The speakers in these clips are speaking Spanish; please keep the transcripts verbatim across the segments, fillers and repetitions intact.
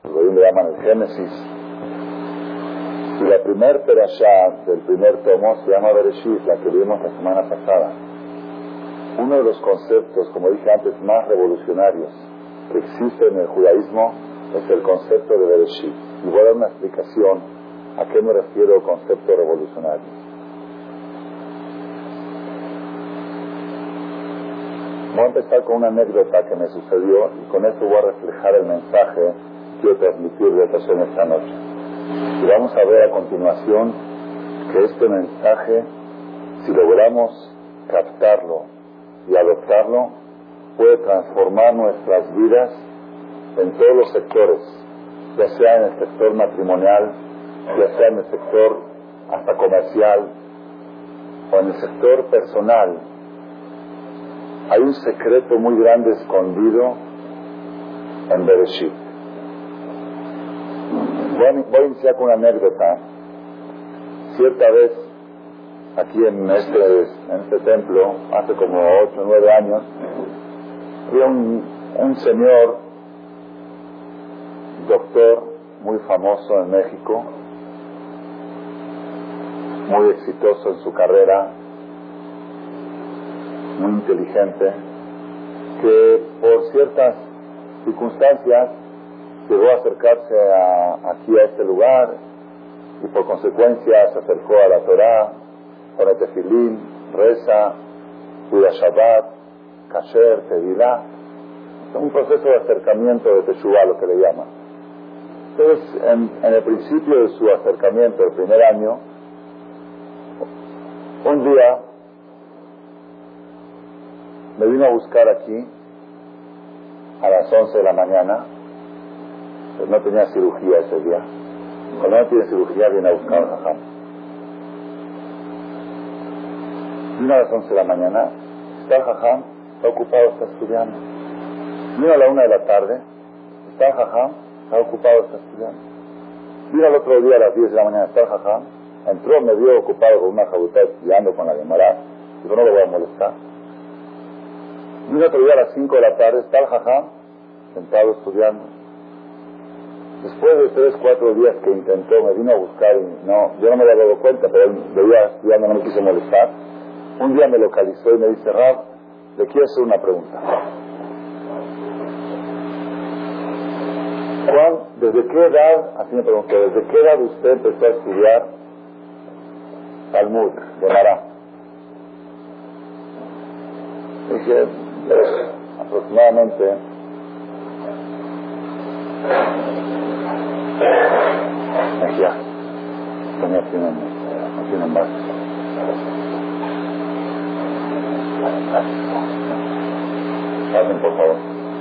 Hoy le llaman el Génesis. Y la primer perashá del primer tomo se llama Bereshit, la que vimos la semana pasada. Uno de los conceptos, como dije antes, más revolucionarios que existe en el judaísmo es el concepto de Bereshit. Y voy a dar una explicación a qué me refiero concepto revolucionario. Voy a empezar con una anécdota que me sucedió y con esto voy a reflejar el mensaje que quiero transmitir de esta noche. Y vamos a ver a continuación que este mensaje, si logramos captarlo y adoptarlo, puede transformar nuestras vidas en todos los sectores, ya sea en el sector matrimonial, ya sea en el sector hasta comercial o en el sector personal. Hay un secreto muy grande escondido en Bereshit. Voy a, voy a iniciar con una anécdota. Cierta vez, aquí en este, en este templo, hace como ocho o nueve años, había un, un señor, doctor, muy famoso en México, muy exitoso en su carrera, muy inteligente, que por ciertas circunstancias llegó a acercarse a, aquí a este lugar y por consecuencia se acercó a la Torá, pone tefilín, reza, cuida Shabbat, kasher, tevilá, un proceso de acercamiento de Teshuvá, lo que le llaman. Entonces, en, en el principio de su acercamiento, el primer año, un día me vino a buscar aquí a las once de la mañana. Pues no tenía cirugía ese día. Cuando no tiene cirugía viene a buscar a Jajam. Vino a las once de la mañana, está el Jajam, está ocupado, está estudiando. Vino a la una de la tarde, está el Jajam, está ocupado, está estudiando. Vino al otro día a las diez de la mañana, está el Jajam, entró, me vio ocupado con una jabutá estudiando con la Gemara. Digo, no lo voy a molestar. Vino otro día a las cinco de la tarde, está el Jajam, sentado estudiando. Después de tres, cuatro días que intentó, me vino a buscar y no, yo no me había dado cuenta, pero él veía estudiando, no me quiso molestar. Un día me localizó y me dice, Rab, le quiero hacer una pregunta. Juan, ¿desde qué edad, así me preguntó, desde qué edad usted empezó a estudiar Talmud, Gemara? Dije, pues, aproximadamente aquí ya tenía aquí un, aquí un vaso. Pasen por favor.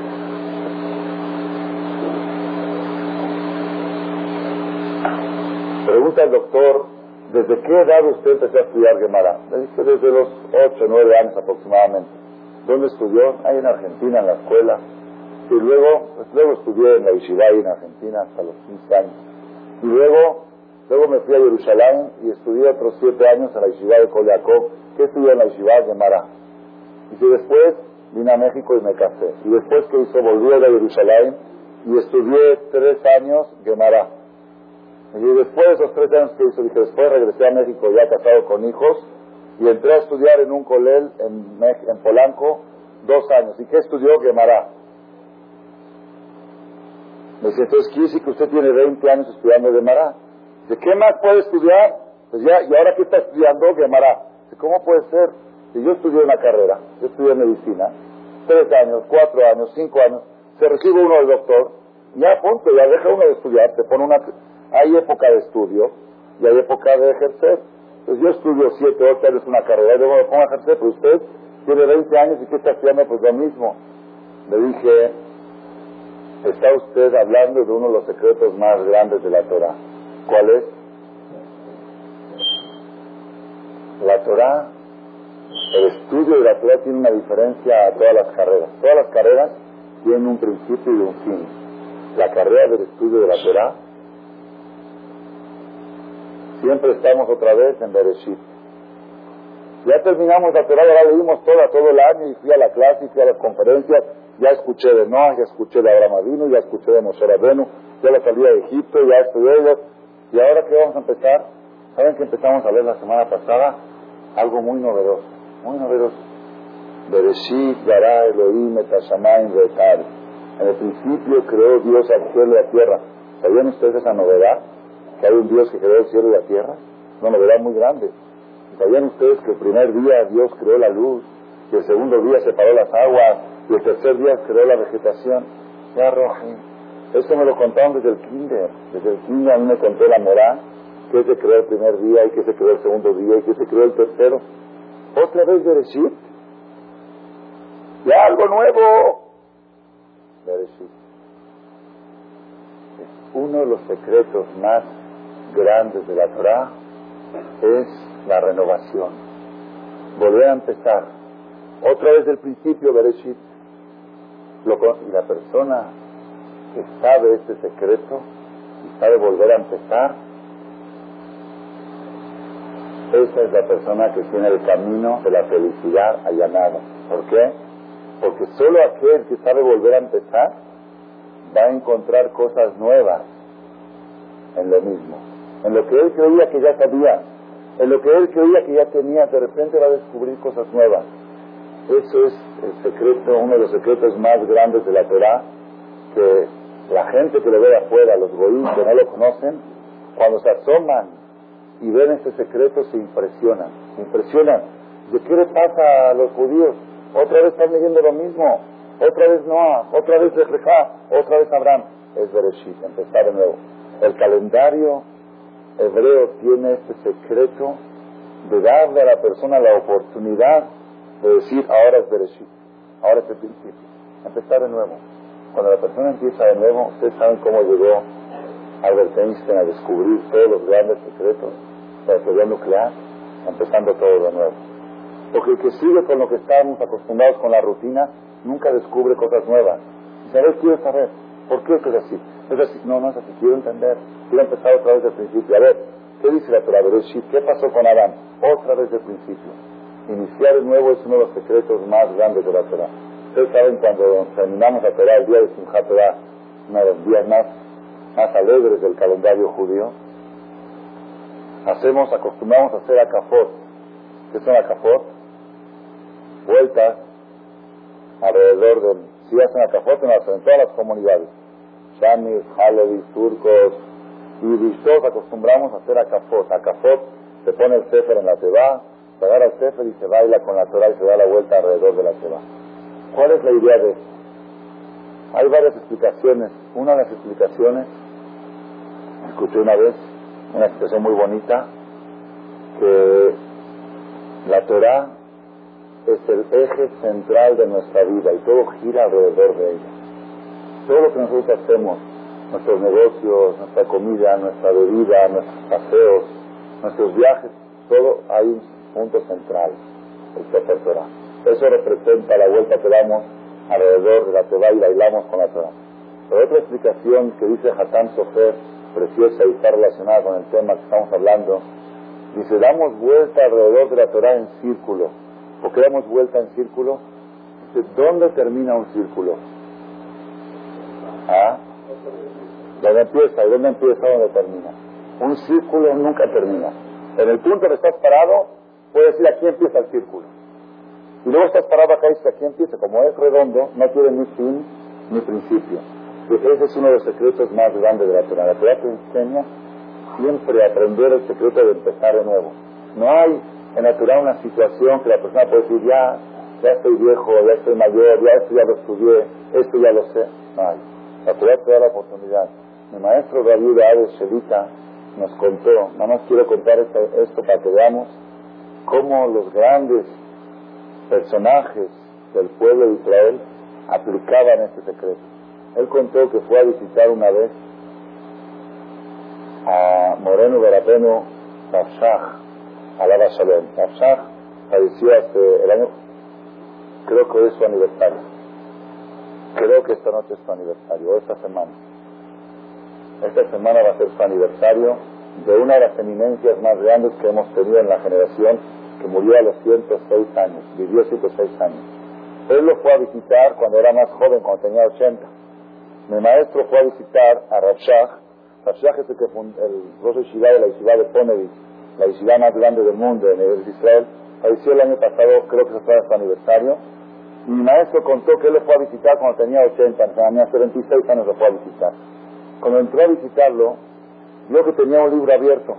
Pregunta al doctor, ¿desde qué edad usted empezó a estudiar Gemara? Le dije, desde los ocho o nueve años aproximadamente. ¿Dónde estudió? Ahí en Argentina, en la escuela. Y luego, pues luego estudié en la Yeshiva ahí en Argentina hasta los quince años. Y luego, luego me fui a Jerusalén y estudié otros siete años en la Yeshiva de Kol Yaakov. ¿Qué estudié en la Yeshiva de Gemara? Y si después vine a México y me casé. Y después, ¿qué hizo? Volví a Jerusalén y estudié tres años Gemara. Y después de esos tres años que hizo, dije, después regresé a México ya casado con hijos y entré a estudiar en un colel en, en Polanco dos años. ¿Y qué estudió? Gemara. Me dice, entonces quiere decir que usted tiene veinte años estudiando Gemara. Dice, ¿qué más puede estudiar? Pues ya, ¿y ahora qué está estudiando? Gemara. Dice, ¿cómo puede ser? Si yo estudié una carrera, yo estudié medicina, tres años, cuatro años, cinco años, se recibe uno de doctor, ya punto, ya deja uno de estudiar, te pone una... Hay época de estudio y hay época de ejercer. Entonces yo estudio siete, ocho años una carrera y luego me pongo a ejercer, pero usted tiene veinte años y ¿qué está estudiando? Pues lo mismo. Le dije, está usted hablando de uno de los secretos más grandes de la Torah. ¿Cuál es? La Torah, el estudio de la Torah tiene una diferencia a todas las carreras. Todas las carreras tienen un principio y un fin. La carrera del estudio de la Torah, siempre estamos otra vez en Bereshit. Ya terminamos la Torah, ya leímos toda, todo el año y fui a la clase y fui a las conferencias. Ya escuché de Noah, ya escuché de Abraham Avinu, ya escuché de Moshe Rabenu, ya la salida de Egipto, ya estudié, ya... y ahora que vamos a empezar, ¿saben que empezamos a ver la semana pasada? Algo muy novedoso, muy novedoso. Bereshit bara Elohim et hashamayim ve'et. En el principio creó Dios al cielo y la tierra. ¿Sabían ustedes esa novedad? Que hay un Dios que creó el cielo y la tierra. Una novedad muy grande. ¿Sabían ustedes que el primer día Dios creó la luz, y el segundo día separó las aguas, y el tercer día creó la vegetación? Ya, Roji, eso me lo contaron desde el kinder. Desde el kinder a mí me contó la morá, que se creó el primer día, y que se creó el segundo día, y que se creó el tercero. Otra vez Bereshit. Ya algo nuevo. Bereshit. Es uno de los secretos más grandes de la Torah, es la renovación. Volver a empezar. Otra vez del principio, Bereshit. Lo, y la persona que sabe este secreto y sabe volver a empezar, esa es la persona que tiene el camino de la felicidad allanado. ¿Por qué? Porque solo aquel que sabe volver a empezar va a encontrar cosas nuevas en lo mismo. En lo que él creía que ya sabía, en lo que él creía que ya tenía, de repente va a descubrir cosas nuevas. Eso es el secreto, uno de los secretos más grandes de la Torah, que la gente que lo ve de afuera, los goíes que no lo conocen, cuando se asoman y ven ese secreto se impresionan, se impresionan. ¿De qué le pasa a los judíos? Otra vez están leyendo lo mismo, otra vez Noah, otra vez Reflejá, otra vez Abraham. Es Bereshit, empezar de nuevo. El calendario hebreo tiene este secreto de darle a la persona la oportunidad de decir, ahora es Bereshit, ahora es el principio, empezar de nuevo. Cuando la persona empieza de nuevo, ustedes saben cómo llegó Albert Einstein a descubrir todos los grandes secretos de la teoría nuclear, empezando todo de nuevo. Porque el que sigue con lo que estamos acostumbrados con la rutina, nunca descubre cosas nuevas. Y saber, quiero saber, ¿por qué es así? Es así, no, no es así, quiero entender, quiero empezar otra vez del principio. A ver, ¿qué dice la Torah? ¿Qué pasó con Adán? Otra vez del principio. Iniciar de nuevo es uno de los secretos más grandes de la Torah. Ustedes saben, cuando terminamos la Torah, el día de Simchat Torah, uno de los días más, más alegres del calendario judío, hacemos, acostumbramos a hacer akafot. ¿Qué son akafot? Vueltas alrededor del... Si hacen akafot en, las, en todas las comunidades, shamis, halevis, turcos, y todos acostumbramos a hacer akafot. Akafot, se pone el sefer en la teba, se agarra el sefer y se baila con la Torah y se da la vuelta alrededor de la teba. ¿Cuál es la idea de esto? Hay varias explicaciones. Una de las explicaciones, escuché una vez una expresión muy bonita, que la Torah es el eje central de nuestra vida y todo gira alrededor de ella. Todo lo que nosotros hacemos, nuestros negocios, nuestra comida, nuestra bebida, nuestros paseos, nuestros viajes, todo hay un punto central, el Sefer Torah. Eso representa la vuelta que damos alrededor de la Torah y bailamos con la Torah. Pero otra explicación que dice Hatán Sofer, preciosa y está relacionada con el tema que estamos hablando, dice, damos vuelta alrededor de la Torah en círculo. ¿Por qué damos vuelta en círculo? Dice, ¿dónde termina un círculo? ¿Ah? ¿Dónde empieza? ¿Y dónde empieza? ¿Dónde termina? Un círculo nunca termina. En el punto que estás parado, puedes decir, aquí empieza el círculo. Y luego estás parado acá y dices, aquí empieza. Como es redondo, no tiene ni fin ni principio. Pues ese es uno de los secretos más grandes de la Torah. La Torah te enseña siempre a aprender el secreto de empezar de nuevo. No hay en la Torah una situación que la persona puede decir, ya, ya estoy viejo, ya estoy mayor, ya esto ya lo estudié, esto ya lo sé. No hay. La Torah te da la oportunidad. Mi maestro Rabbi Ade Shelita nos contó, nada más quiero contar esto, esto para que veamos cómo los grandes personajes del pueblo de Israel aplicaban este secreto. Él contó que fue a visitar una vez a Moreno Barabeno Tafshach, alaba Shalom. Tafshach falleció hace el año, creo que es su aniversario. Creo que esta noche es su aniversario, o esta semana. Esta semana va a ser su aniversario de una de las eminencias más grandes que hemos tenido en la generación, que murió a los ciento seis años, vivió ciento seis años. Él lo fue a visitar cuando era más joven, cuando tenía ochenta. mi maestro fue a visitar a Rav Shach. Rav Shach es el, que fund, el Rosh Yeshiva de la Yeshiva de Ponevich, la Yeshiva más grande del mundo en el Israel. Falleció el año pasado, creo que se fue a su aniversario. Y mi maestro contó que él lo fue a visitar cuando tenía ochenta años, tenía setenta y seis años, lo fue a visitar. Cuando entró a visitarlo, vio que tenía un libro abierto.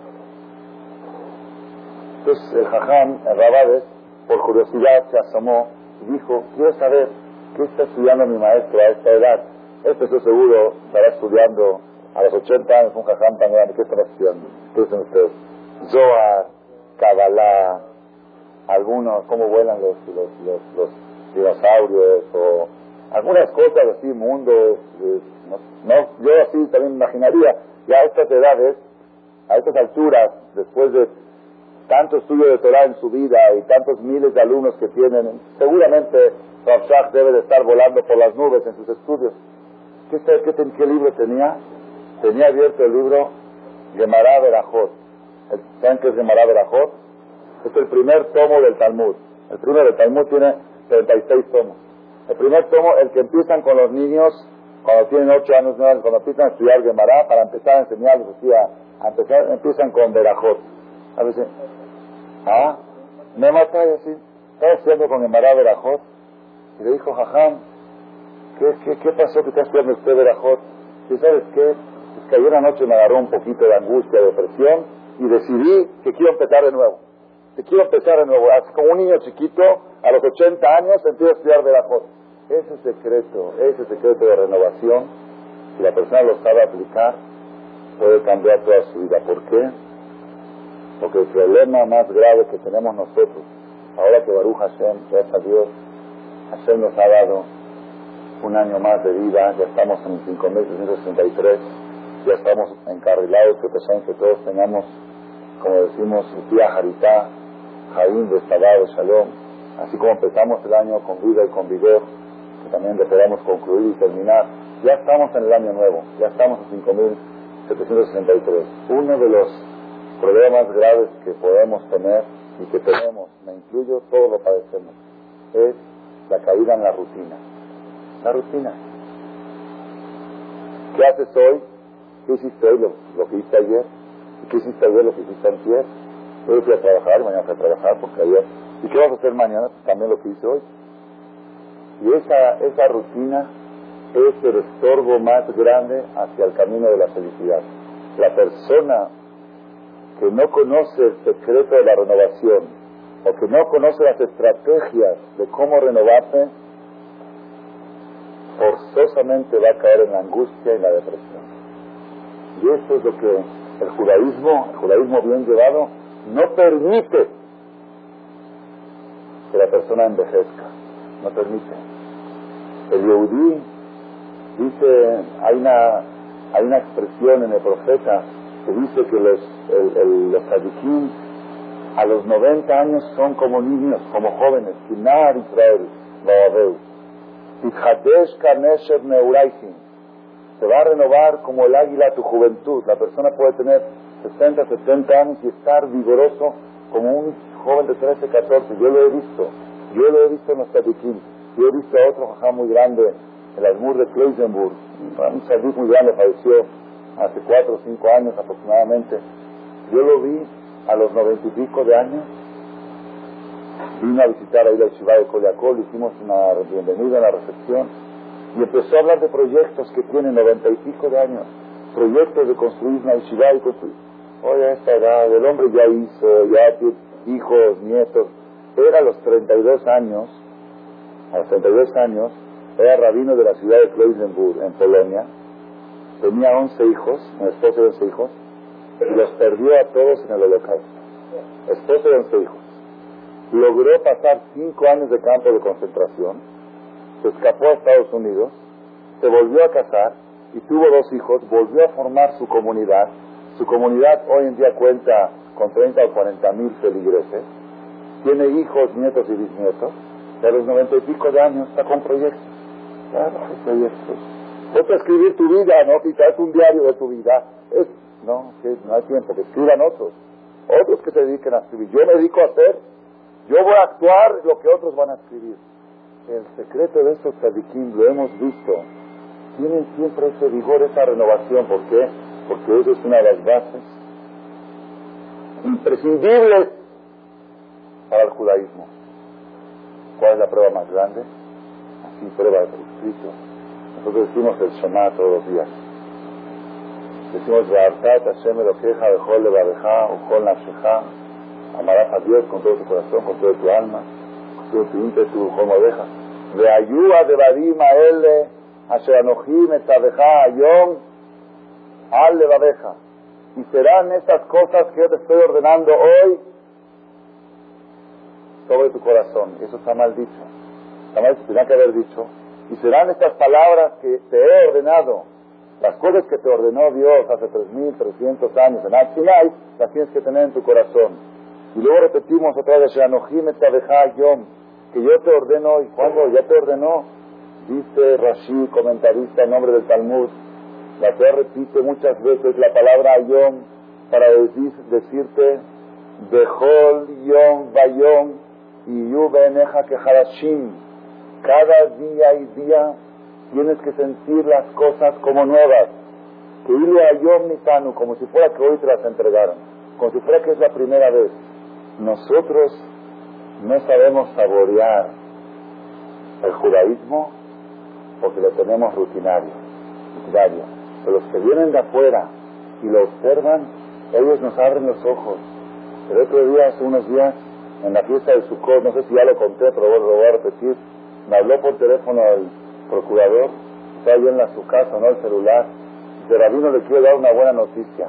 Entonces el Jajam, el Rabades, por curiosidad se asomó y dijo, quiero saber qué está estudiando mi maestro a esta edad. Este, estoy seguro, estará estudiando a los ochenta años, un Jajam tan grande. ¿Qué estará estudiando? ¿Qué dicen ustedes? Zohar, Kabbalah, algunos, cómo vuelan los, los, los, los dinosaurios, o algunas cosas así, mundos. Eh, no, no, yo así también me imaginaría, ya a estas edades, a estas alturas, después de tanto estudio de Torah en su vida y tantos miles de alumnos que tienen, seguramente Rav Shach debe de estar volando por las nubes en sus estudios. ¿Qué, qué, qué, qué libro tenía? Tenía abierto el libro Gemara Berajot. ¿Saben qué es Gemara Berajot? Es el primer tomo del Talmud. El primero del Talmud tiene treinta y seis tomos. El primer tomo, el que empiezan con los niños cuando tienen ocho años, nueve años, cuando empiezan a estudiar Gemara, para empezar a enseñarles así, a, a empezar, empiezan con Berajot. A veces, ah, me mata y así, estaba estudiando con Gemara Berajot, y le dijo, Jajam, ¿qué, qué, ¿qué pasó que está estudiando usted Berajot? ¿Y sabes qué? Es que ayer anoche me agarró un poquito de angustia, de depresión, y decidí que quiero empezar de nuevo. Que quiero empezar de nuevo. Así como un niño chiquito, a los ochenta años, empieza a estudiar Berajot. Ese secreto, ese secreto de renovación, si la persona lo sabe aplicar, puede cambiar toda su vida. ¿Por qué? Porque el problema más grave que tenemos nosotros, ahora que Baruch Hashem, gracias a Dios, Hashem nos ha dado un año más de vida, ya estamos en cinco mil trescientos sesenta y tres, ya estamos encarrilados, que pensamos que todos tengamos, como decimos, Tía Haritá, Jaim de Sabá de Shalom, así como empezamos el año con vida y con vigor, que también esperamos concluir y terminar, ya estamos en el año nuevo, ya estamos en cinco mil setecientos sesenta y tres. Uno de los problemas graves que podemos tener y que tenemos, me incluyo, todos lo padecemos, es la caída en la rutina. La rutina. ¿Qué haces hoy? ¿Qué hiciste hoy? Lo, lo que hiciste ayer. ¿Y qué hiciste ayer? Lo que hiciste antier. Hoy fui a trabajar, mañana fui a trabajar porque ayer. ¿Y qué vas a hacer mañana? También lo que hice hoy. Y esa, esa rutina es el estorbo más grande hacia el camino de la felicidad. La persona que no conoce el secreto de la renovación o que no conoce las estrategias de cómo renovarse, forzosamente va a caer en la angustia y la depresión. Y eso es lo que el judaísmo, el judaísmo bien llevado, no permite que la persona envejezca. No permite. El Yehudí dice, hay una, hay una expresión en el profeta que dice que los, el, el, los tzadikim a los noventa años son como niños, como jóvenes. Kinar Israel, Baabeu. Tithadesh Kanesher Neuraisin. Se va a renovar como el águila tu juventud. La persona puede tener sesenta, setenta años y estar vigoroso como un joven de trece, catorce. Yo lo he visto. Yo lo he visto en los tzadikim. Yo he visto a otro jajá muy grande, el Admur de Kleisenburg. Un tzadik muy grande, falleció hace cuatro o cinco años aproximadamente. Yo lo vi a los noventa y pico de años. Vino a visitar ahí la Yeshiva de Koliakol, hicimos una bienvenida, una recepción, y empezó a hablar de proyectos que tienen noventa y pico de años, proyectos de construir una Yeshiva y construir. Oye, a esta edad, el hombre ya hizo, ya tiene hijos, nietos. Era a los treinta y dos años, a los treinta y dos años, era rabino de la ciudad de Kleisenburg, en Polonia, tenía once hijos, mi esposo de once hijos, y los perdió a todos en el holocausto. Esposo de once hijos. Logró pasar cinco años de campo de concentración, se escapó a Estados Unidos, se volvió a casar y tuvo dos hijos, volvió a formar su comunidad. Su comunidad hoy en día cuenta con treinta o cuarenta mil feligreses, tiene hijos, nietos y bisnietos, y a los noventa y pico de años está con proyectos. Claro, hay proyectos. Vete a escribir tu vida, ¿no? Quizás un diario de tu vida. Es, no, que no hay tiempo, que escriban otros. Otros que se dediquen a escribir. Yo me dedico a hacer, yo voy a actuar lo que otros van a escribir. El secreto de estos tzadikim lo hemos visto tienen siempre ese vigor, esa renovación. ¿Por qué? Porque eso es una de las bases imprescindibles para el judaísmo. ¿Cuál es la prueba más grande? Así, prueba de Jesucristo. Nosotros decimos el Shema todos los días. Decimos, Ve'artat Hashem Elokeja Bechol Levaveja Uchol Nafsheja. Amarás a Dios con todo tu corazón, con todo tu alma, con todo tu ímpetu, como oveja. Ve'ayúa Devarim Aele Asher Anochim Etzaveja Ayom Al Levaveja. Y serán estas cosas que yo te estoy ordenando hoy sobre tu corazón. Eso está mal dicho. Está mal, tenía que haber dicho. Y serán estas palabras que te he ordenado. Las cosas que te ordenó Dios hace tres mil trescientos años en Sinai, las tienes que tener en tu corazón. Y luego repetimos otra vez, que yo te ordeno hoy. ¿Cuándo? Ya te ordenó. Dice Rashi, comentarista en nombre del Talmud, la Torah repite muchas veces la palabra Yom para decir, decirte Bechol Yom Vayom y Yu Beneja Keharashim. Cada día y día tienes que sentir las cosas como nuevas. Que Ilu Ayom Nitanu, como si fuera que hoy te las entregaron, como si fuera que es la primera vez. Nosotros no sabemos saborear el judaísmo porque lo tenemos rutinario, rutinario. Pero los que vienen de afuera y lo observan, ellos nos abren los ojos. El otro día, hace unos días, en la fiesta de Sukkot, no sé si ya lo conté, pero lo voy a repetir, me habló por teléfono el procurador, está ahí en la, su casa, no el celular, de Rabino le quiero dar una buena noticia.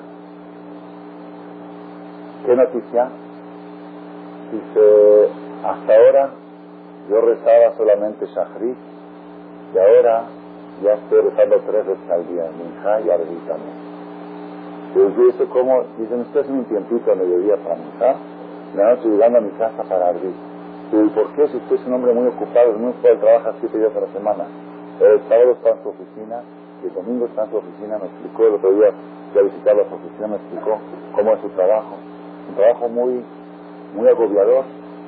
¿Qué noticia? Dice, hasta ahora yo rezaba solamente Shachrit, y ahora ya estoy rezando tres veces al día, Minjá y Arbi también. Entonces, ¿y eso cómo? Dicen, usted es un tiempito a mediodía para Minjá, y la noche llegando a mi casa para Arbi. ¿Y por qué? Si usted es un hombre muy ocupado, el mundo trabaja siete días a la semana. El sábado está en su oficina, y el domingo está en su oficina, me explicó el otro día, fui a visitar su oficina, me explicó cómo es su trabajo. Un trabajo muy, muy agobiador.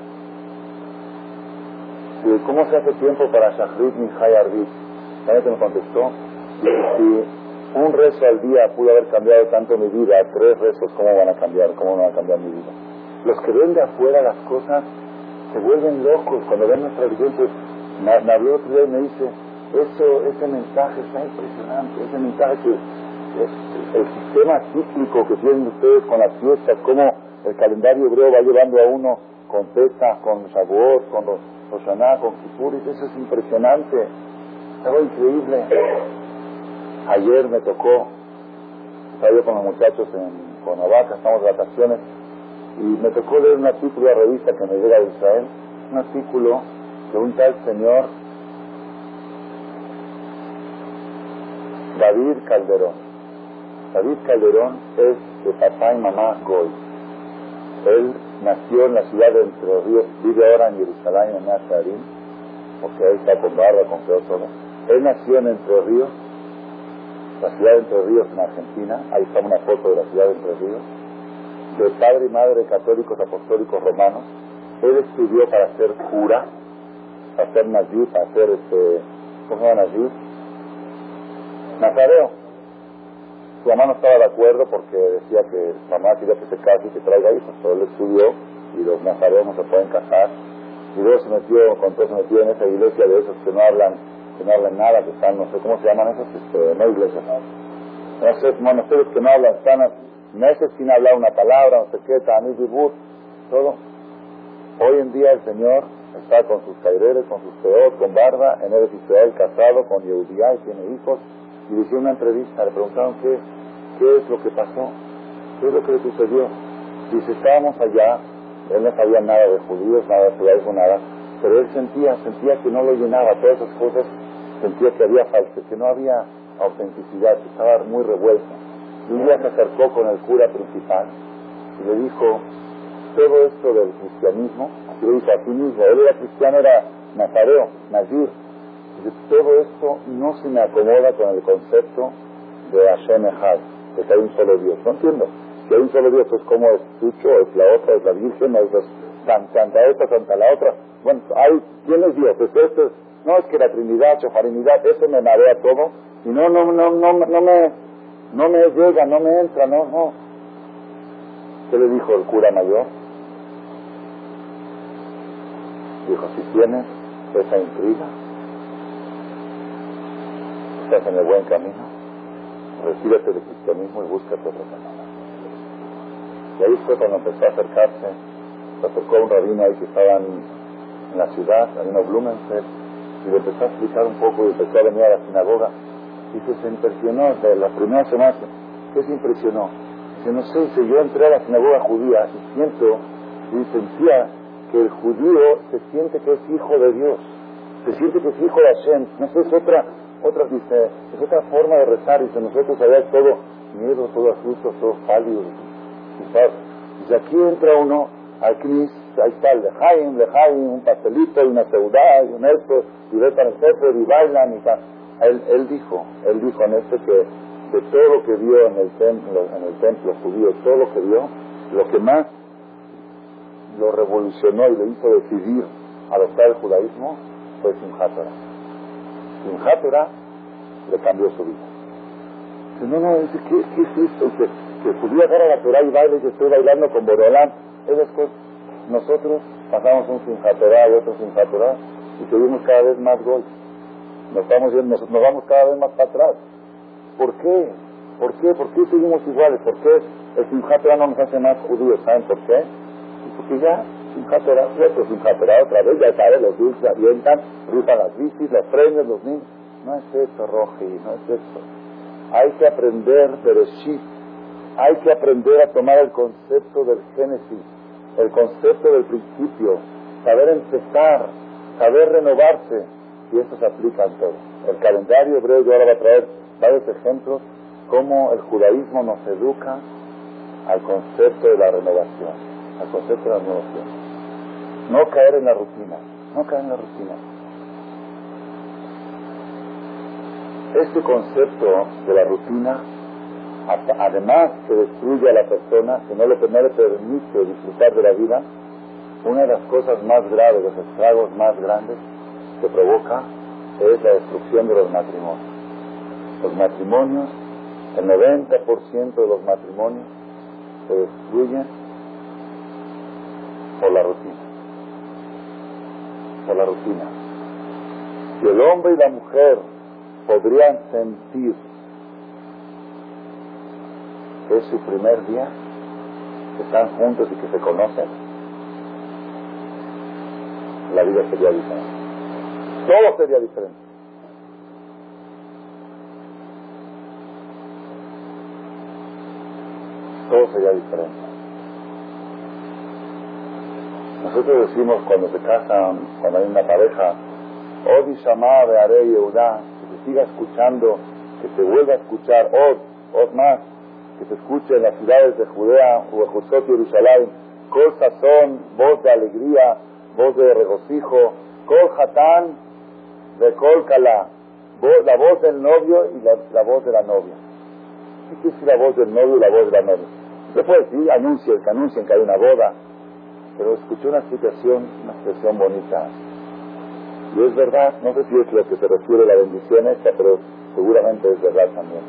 ¿Y cómo se hace tiempo para Shachrit, Minjá y Arbi? ¿Sabe que me contestó? Dice, si un rezo al día pudo haber cambiado tanto mi vida, tres rezos, ¿cómo van a cambiar? ¿Cómo no van a cambiar mi vida? Los que ven de afuera las cosas se vuelven locos cuando ven nuestra religión. Pues, me, me habló otro día y me dice, eso, ese mensaje está impresionante, ese mensaje que el, el sistema cíclico que tienen ustedes con las fiestas, cómo el calendario hebreo va llevando a uno con Pesach, con Shavuot, con Rosh Hashanah, con Kippur, eso es impresionante. Es algo increíble. Ayer me tocó, estaba yo con los muchachos en Cuernavaca, estamos de vacaciones, y me tocó leer un artículo de la revista que me llega de Israel, un artículo de un tal señor David Calderón. David Calderón es de papá y mamá Goy. Él nació en la ciudad de Entre Ríos, vive ahora en Jerusalén, en Nazarín, porque ahí está con barba, con feo todo. Él nació en Entre Ríos, la ciudad de Entre Ríos en Argentina, ahí está una foto de la ciudad de Entre Ríos, de padre y madre católicos apostólicos romanos. Él estudió para ser cura, para ser nazir, para ser, este, ¿cómo se llama nazir? Nazareo. Su mamá no estaba de acuerdo porque decía que su mamá quería que se case y que traiga hijos, pero él estudió y los nazareos no se pueden casar. Y luego se metió, con todo se metió en esa iglesia de esos que no hablan, que no hablan nada, que están, no sé cómo se llaman esos, este, no iglesias, no sé, monasterios que no hablan, están meses sin hablar una palabra, no sé qué, Tanit Dibur, todo. Hoy en día el Señor está con sus caireres, con sus peos, con barba, en Eretz Israel, casado con Yehudía y tiene hijos. Y le hicieron una entrevista, le preguntaron qué, qué es lo que pasó, qué es lo que le sucedió. Dice, estábamos allá, él no sabía nada de judíos, nada de judaísmo, nada, pero él sentía, sentía que no lo llenaba, todas esas cosas, sentía que había falta, que no había autenticidad, que estaba muy revuelto. Y un día se acercó con el cura principal y le dijo, todo esto del cristianismo, así lo dijo a sí mismo, él era cristiano, era nazareo, nazir, dice, todo esto no se me acomoda con el concepto de Hashem Echad, de que hay un solo Dios. No entiendo. Si hay un solo Dios, pues ¿cómo es Tucho? ¿Es la otra? ¿Es la Virgen? ¿Es Santa esta, Santa la otra? Bueno, hay, ¿quién es Dios? ¿Es esto? No, es que la Trinidad, Chofarinidad, eso me marea todo. Y no, no, no, no, no me, no me llega, no me entra, no, no. ¿Qué le dijo el cura mayor? Dijo, si tienes esa intriga, estás en el buen camino, retírate del cristianismo y búscate otro camino. Y ahí fue cuando empezó a acercarse, se acercó a un rabino ahí que estaba en, en la ciudad, rabino Blumenfeld, y le empezó a explicar un poco y empezó a venir a la sinagoga. Y se impresionó de la primera semana. ¿Qué se impresionó? Dice, no sé, dice, yo entré a la sinagoga judía y siento, y sentía que el judío se siente que es hijo de Dios, se siente que es hijo de Hashem. No sé, es otra, otra, dice, es otra forma de rezar. Dice, nosotros allá es todo miedo, todo asusto, todo pálido. Dice, aquí entra uno al Knis, ahí está el lejaim, lejaim, un pastelito y una seudá y un esto, y ve para el jefe y bailan y tal. Él, él dijo, él dijo en este que, que todo lo que vio en el templo, en el templo judío, todo lo que vio, lo que más lo revolucionó y le hizo decidir adoptar el judaísmo fue Simchat Torah. Simchat Torah le cambió su vida. Dice, no, no, dice, ¿qué, qué es esto? Que, que el judío agarra la Torah y baila y que estoy bailando con Borolán. Esas cosas. Nosotros pasamos un Simchat Torah y otro Simchat Torah y seguimos cada vez más gol. Nos, estamos yendo, nos, nos vamos cada vez más para atrás. ¿Por qué? ¿Por qué? ¿Por qué seguimos iguales? ¿Por qué el Simchat Torah no nos hace más judíos? ¿Saben por qué? Porque ya Simchat Torah, otro Simchat Torah otra vez, ya saben, los dulces avientan, rifan las bicis, las premios, los niños. No es eso, Roji, no es eso. Hay que aprender Bereshit, hay que aprender a tomar el concepto del Génesis, el concepto del principio, saber empezar, saber renovarse, y eso se aplica en todo. El calendario hebreo, yo ahora voy a traer varios ejemplos, cómo el judaísmo nos educa al concepto de la renovación, al concepto de la renovación. No caer en la rutina, no caer en la rutina. Este concepto de la rutina, además que destruye a la persona, que no le, no le permite disfrutar de la vida, una de las cosas más graves, los estragos más grandes que provoca es la destrucción de los matrimonios. Los matrimonios, el noventa por ciento de los matrimonios se destruyen por la rutina. Por la rutina. Si el hombre y la mujer podrían sentir que es su primer día, que están juntos y que se conocen, la vida sería diferente. Todo sería diferente. Todo sería diferente. Nosotros decimos cuando se casan, cuando hay una pareja, Od Yishamá Be'arei Yehudá, que se siga escuchando, que se vuelva a escuchar, Od, Od más, que se escuche en las ciudades de Judea, Ubejutzot Yerushalayim, Kol Sazón, voz de alegría, voz de regocijo, Kol Hatán, de Kol Kalá, la voz del novio y la, la voz de la novia. ¿Qué quiere decir la voz del novio y la voz de la novia? Se puede decir, anuncien, que anuncien que hay una boda, pero escuché una explicación, una expresión bonita. Y es verdad, no sé si es lo que se refiere a la bendición esta, pero seguramente es verdad también.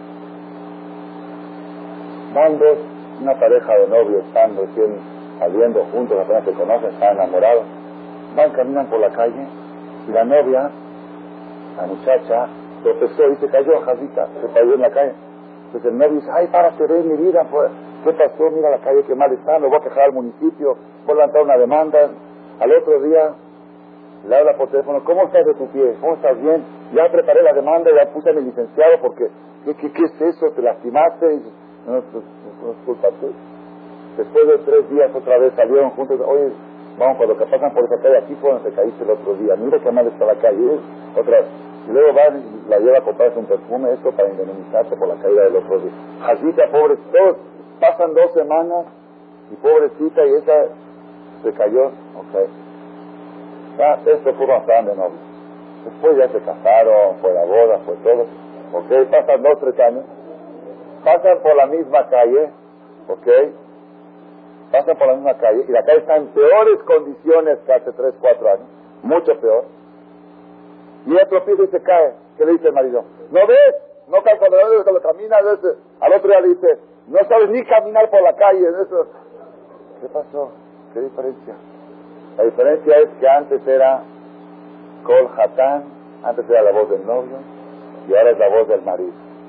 Van dos, una pareja de novios, están recién saliendo juntos, apenas se conocen, están enamorados, van, caminan por la calle, y la novia, la muchacha, tropezó y se cayó, Jadita, se cayó en la calle. Entonces el novio dice, ay, párate, ve mi vida, pues, ¿qué pasó? Mira la calle, qué mal está, me voy a quejar al municipio, voy a levantar una demanda. Al otro día, le habla por teléfono, ¿cómo estás de tu pie? ¿Cómo estás bien? Ya preparé la demanda, ya puse a mi licenciado porque, ¿qué, qué, qué es eso? ¿Te lastimaste? No, no, no es culpa tuya. Después de tres días otra vez salieron juntos, oye, vamos, cuando que pasan por esa calle, aquí fue donde te caíste el otro día, mira qué mal está la calle, otra vez. Y luego va y la lleva a comprarse un perfume, esto para indemnizarse por la caída del otro día. Jadita, pobre, todos pasan dos semanas y pobrecita, y esa se cayó, ok. Ya, esto fue cuando estaban de novio. Después ya se casaron, fue la boda, fue todo, ok, pasan dos, tres años, pasan por la misma calle, ok, pasan por la misma calle, y la calle está en peores condiciones que hace tres, cuatro años, mucho peor. Y ella tropieza y se cae. ¿Qué le dice el marido? ¿No ves? No cuando lo, lo caminas, al otro día dice, no sabes ni caminar por la calle. Eso. ¿Qué pasó? ¿Qué diferencia? La diferencia es que antes era Kol Hatán, antes era la voz del novio, y ahora es la voz del marido.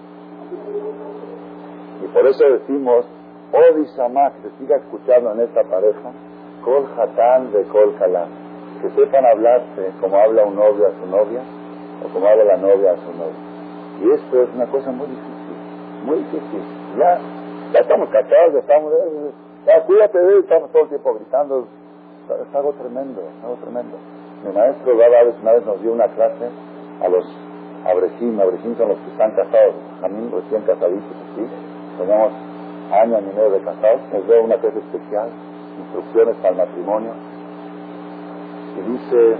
Y por eso decimos, Odi Shama, que se siga escuchando en esta pareja, Kol Hatán de Kol Kalá, que sepan hablarse como habla un novio a su novia, o como habla la novia a su novio. Y esto es una cosa muy difícil, muy difícil. Ya, ya estamos casados, ya estamos, ya cuídate de él, estamos todo el tiempo gritando. Es algo tremendo, es algo tremendo. Mi maestro Gabales una vez nos dio una clase a los abrejim, abrejim son los que están casados, a mí recién casaditos, ¿sí? Tenemos año, año y medio de casados, nos dio una clase especial, instrucciones para el matrimonio, y dice,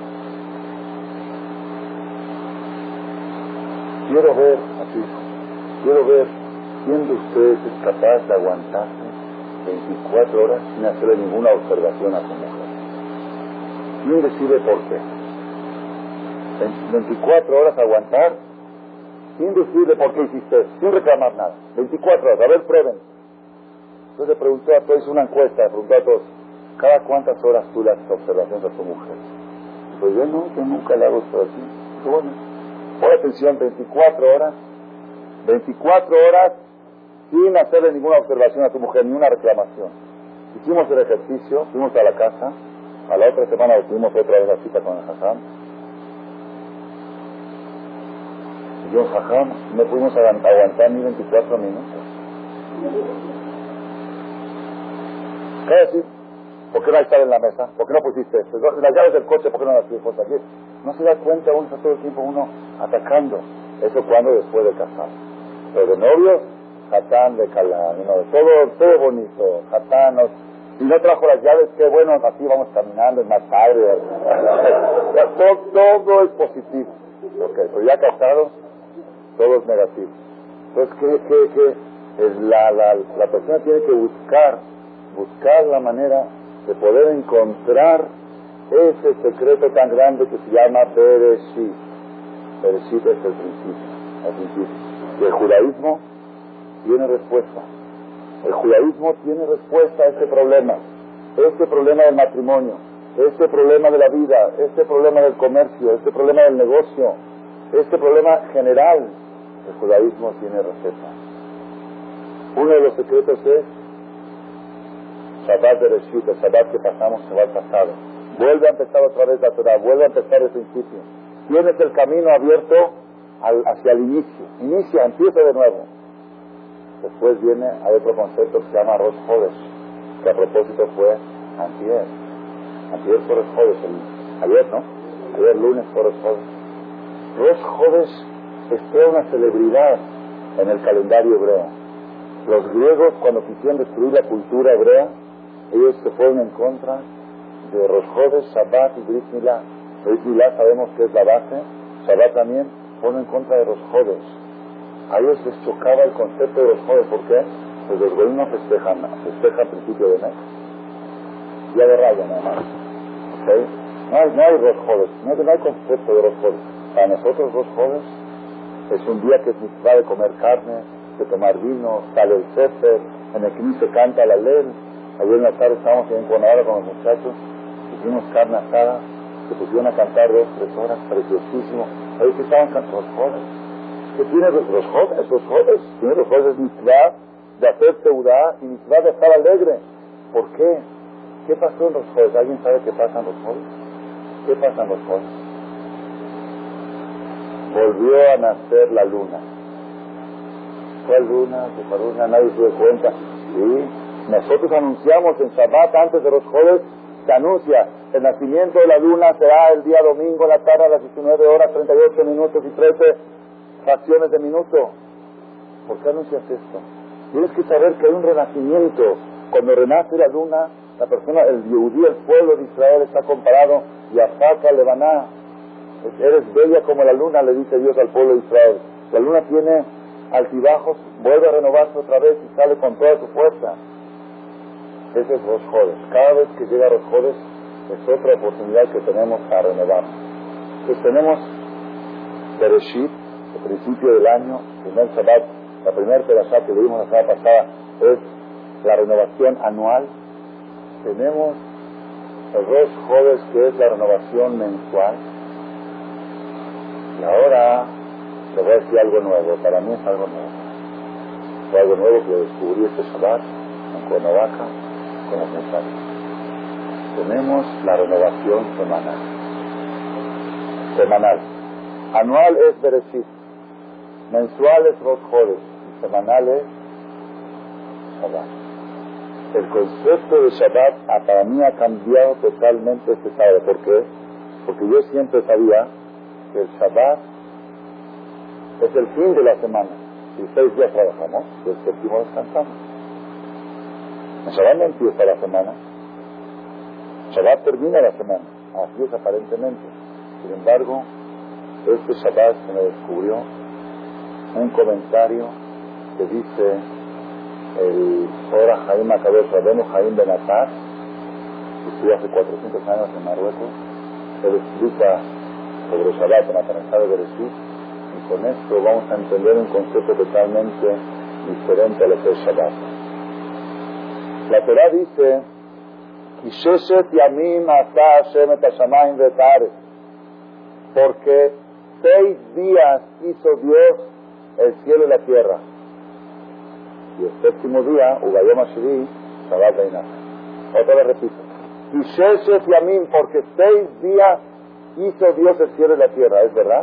quiero ver, así, quiero ver quién de ustedes es capaz de aguantarse veinticuatro horas sin hacerle ninguna observación a su mujer. ¿Quién decide por qué? veinticuatro horas aguantar, ¿quién decide por qué hiciste? Sin reclamar nada. veinticuatro horas, a ver, prueben. Entonces le preguntó a todos, hizo una encuesta, le preguntó a todos, ¿cada cuántas horas tú le haces observaciones a tu mujer? Pues yo no, yo nunca le hago observación. Dijo, bueno, pon atención, veinticuatro horas, veinticuatro horas sin hacerle ninguna observación a tu mujer, ni una reclamación. Hicimos el ejercicio, fuimos a la casa, a la otra semana tuvimos otra vez la cita con el jajam. Y yo, jajam, no pudimos aguantar ni veinticuatro minutos. ¿Qué decir? ¿Por qué no estar en la mesa? ¿Por qué no pusiste esto? Las llaves del coche, ¿por qué no las pusiste aquí? No se da cuenta, uno está todo el tiempo uno atacando. Eso cuando después de casar. Pero de novios, Hatán de Kalá, ¿no? todo, todo bonito, Hatán, no, si no trajo las llaves, qué bueno, así vamos caminando, es más tarde, todo, todo es positivo, okay, pero ya casados, todo es negativo. Entonces, ¿qué, qué, qué? Es la, la, la persona tiene que buscar, buscar la manera de poder encontrar ese secreto tan grande que se llama Bereshit. Bereshit es el principio, el principio. Y el judaísmo tiene respuesta. El judaísmo tiene respuesta a este problema. Este problema del matrimonio, este problema de la vida, este problema del comercio, este problema del negocio, este problema general. El judaísmo tiene receta. Uno de los secretos es Shabbat de Reshit, el Shabbat que pasamos, Shabbat pasado. Vuelve a empezar otra vez la Torah, vuelve a empezar el principio. Tienes el camino abierto al, hacia el inicio. Inicia, empieza de nuevo. Después viene, hay otro concepto que se llama Rosh Chodesh, que a propósito fue antier. Antier fue Rosh Chodesh, el, ayer, ¿no? Ayer lunes fue Rosh Chodesh. Rosh Chodesh es toda una celebridad en el calendario hebreo. Los griegos, cuando quisieron destruir la cultura hebrea, ellos se fueron en contra de Rosh Chodesh, Shabbat y Brit Milá. Brit Milá sabemos que es la base, Shabbat también, fueron en contra de Rosh Chodesh. A ellos les chocaba el concepto de Rosh Chodesh. ¿Por qué? Pues los goyim no festejan, festejan a principio de mes. Día de raya nada más. ¿Okay? No hay, no hay Rosh Chodesh, no, no hay concepto de Rosh Chodesh. Para nosotros Rosh Chodesh es un día que es mitzvah de comer carne, de tomar vino, sale el sefer, en el Knis se canta la ley. Ayer en la tarde estábamos en Guanabara con los muchachos, hicimos carne asada, se pusieron a cantar dos, tres horas, preciosísimo. Ahí que estaban cantando Rosh Chodesh. ¿Qué tiene los jóvenes? Los jóvenes tiene los jóvenes mitzvah de hacer teudá y mitzvah de estar alegre. ¿Por qué? ¿Qué pasó en los jóvenes? ¿Alguien sabe qué pasa en los jóvenes? ¿Qué pasa en los jóvenes? Volvió a nacer la luna. ¿Cuál luna? ¿Qué luna? Nadie se dio cuenta. Sí, nosotros anunciamos en Shabbat antes de los jóvenes, se anuncia el nacimiento de la luna será el día domingo en la tarde a las diecinueve horas treinta y ocho minutos y trece fracciones de minuto. ¿Por qué anuncias esto? Tienes que saber que hay un renacimiento. Cuando renace la luna, la persona, el Yehudí, el pueblo de Israel está comparado y Afaka Levaná. Eres bella como la luna, le dice Dios al pueblo de Israel. La luna tiene altibajos, vuelve a renovarse otra vez y sale con toda su fuerza. Ese es Rosh Chodesh. Cada vez que llega Rosh Chodesh es otra oportunidad que tenemos para renovar. Entonces tenemos Bereshit, el principio del año, el primer Shabbat, la primera perashá que vimos la semana pasada es la renovación anual. Tenemos el Rosh Chodesh, que es la renovación mensual. Y ahora te voy a decir algo nuevo, para mí es algo nuevo. Fue algo nuevo que descubrí este Shabbat en Cuernavaca con los mensajes. Tenemos la renovación semanal. Semanal. Anual es Bereshit, mensual es Rosh Chodesh y semanal es Shabbat. El concepto de Shabbat para mí ha cambiado totalmente este sábado. ¿Por qué? Porque yo siempre sabía que el Shabbat es el fin de la semana. Si seis días trabajamos, y el séptimo descansamos. En Shabbat no empieza la semana. Shabbat termina la semana. Así es aparentemente. Sin embargo, este Shabbat se me descubrió un comentario que dice el Ora Jaim Akadosh Rabenu Jaim Ben Atar, que estuvo hace cuatrocientos años en Marruecos. Él explica sobre Shabbat en la Parashá de Bereshit, y con esto vamos a entender un concepto totalmente diferente a lo que es Shabbat. La Torah dice: Kisheshet Yamim Asa Hashem et Hashamayim ve'et haaretz, porque seis días hizo Dios el cielo y la tierra, y el séptimo día, Ugayom Ashiri, Shabbat Veinach. Otra vez repito: Kisheshet Yamim, porque seis días hizo Dios el cielo y la tierra. ¿Es verdad?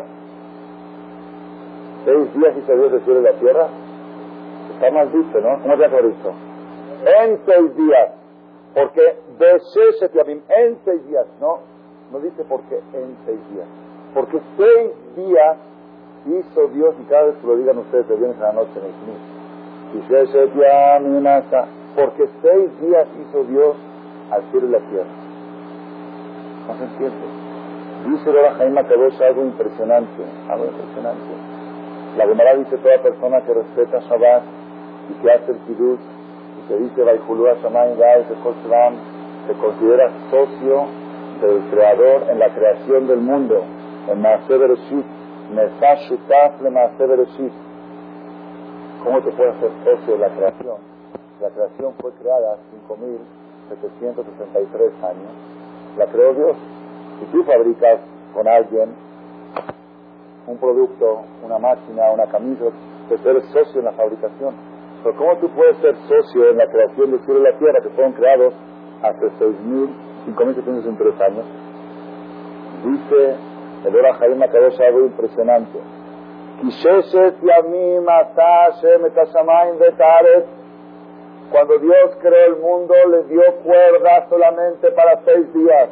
¿Seis días hizo Dios el cielo y la tierra? Está mal dicho, ¿no? ¿Cómo te has dicho? En seis días. Porque de Sheshet Yamim, en seis días. No, no dice porque en seis días. Porque seis días hizo Dios, y cada vez que lo digan ustedes el viernes a la noche en el Knis, y Sheshet Yamim hasta, porque seis días hizo Dios al cielo y la tierra. No se entiende. Dice el Ora Jaim Akadosh algo impresionante, algo impresionante. La Gemara dice: toda persona que respeta Shabbat y que hace el Kiddush y que dice Vaihulu Hashamayim Va'aretz V'kol Shvam, se considera socio del Creador en la creación del mundo, en Maaseh Bereshit, Nesa Shutaf le Maaseh Bereshit. ¿Cómo te puedes hacer socio de la creación? La creación fue creada hace cinco mil setecientos sesenta y tres años. La creó Dios. Si tú fabricas con alguien un producto, una máquina, una camisa, pues eres socio en la fabricación. Pero ¿cómo tú puedes ser socio en la creación del cielo y la tierra, que fueron creados hace seis mil, cinco mil setecientos sesenta y tres años? Dice el Ora Jaim Akadosh algo impresionante: Kisheshet Yamim Asa Hashem et Hashamayim ve'et haaretz. Cuando Dios creó el mundo, le dio cuerda solamente para seis días.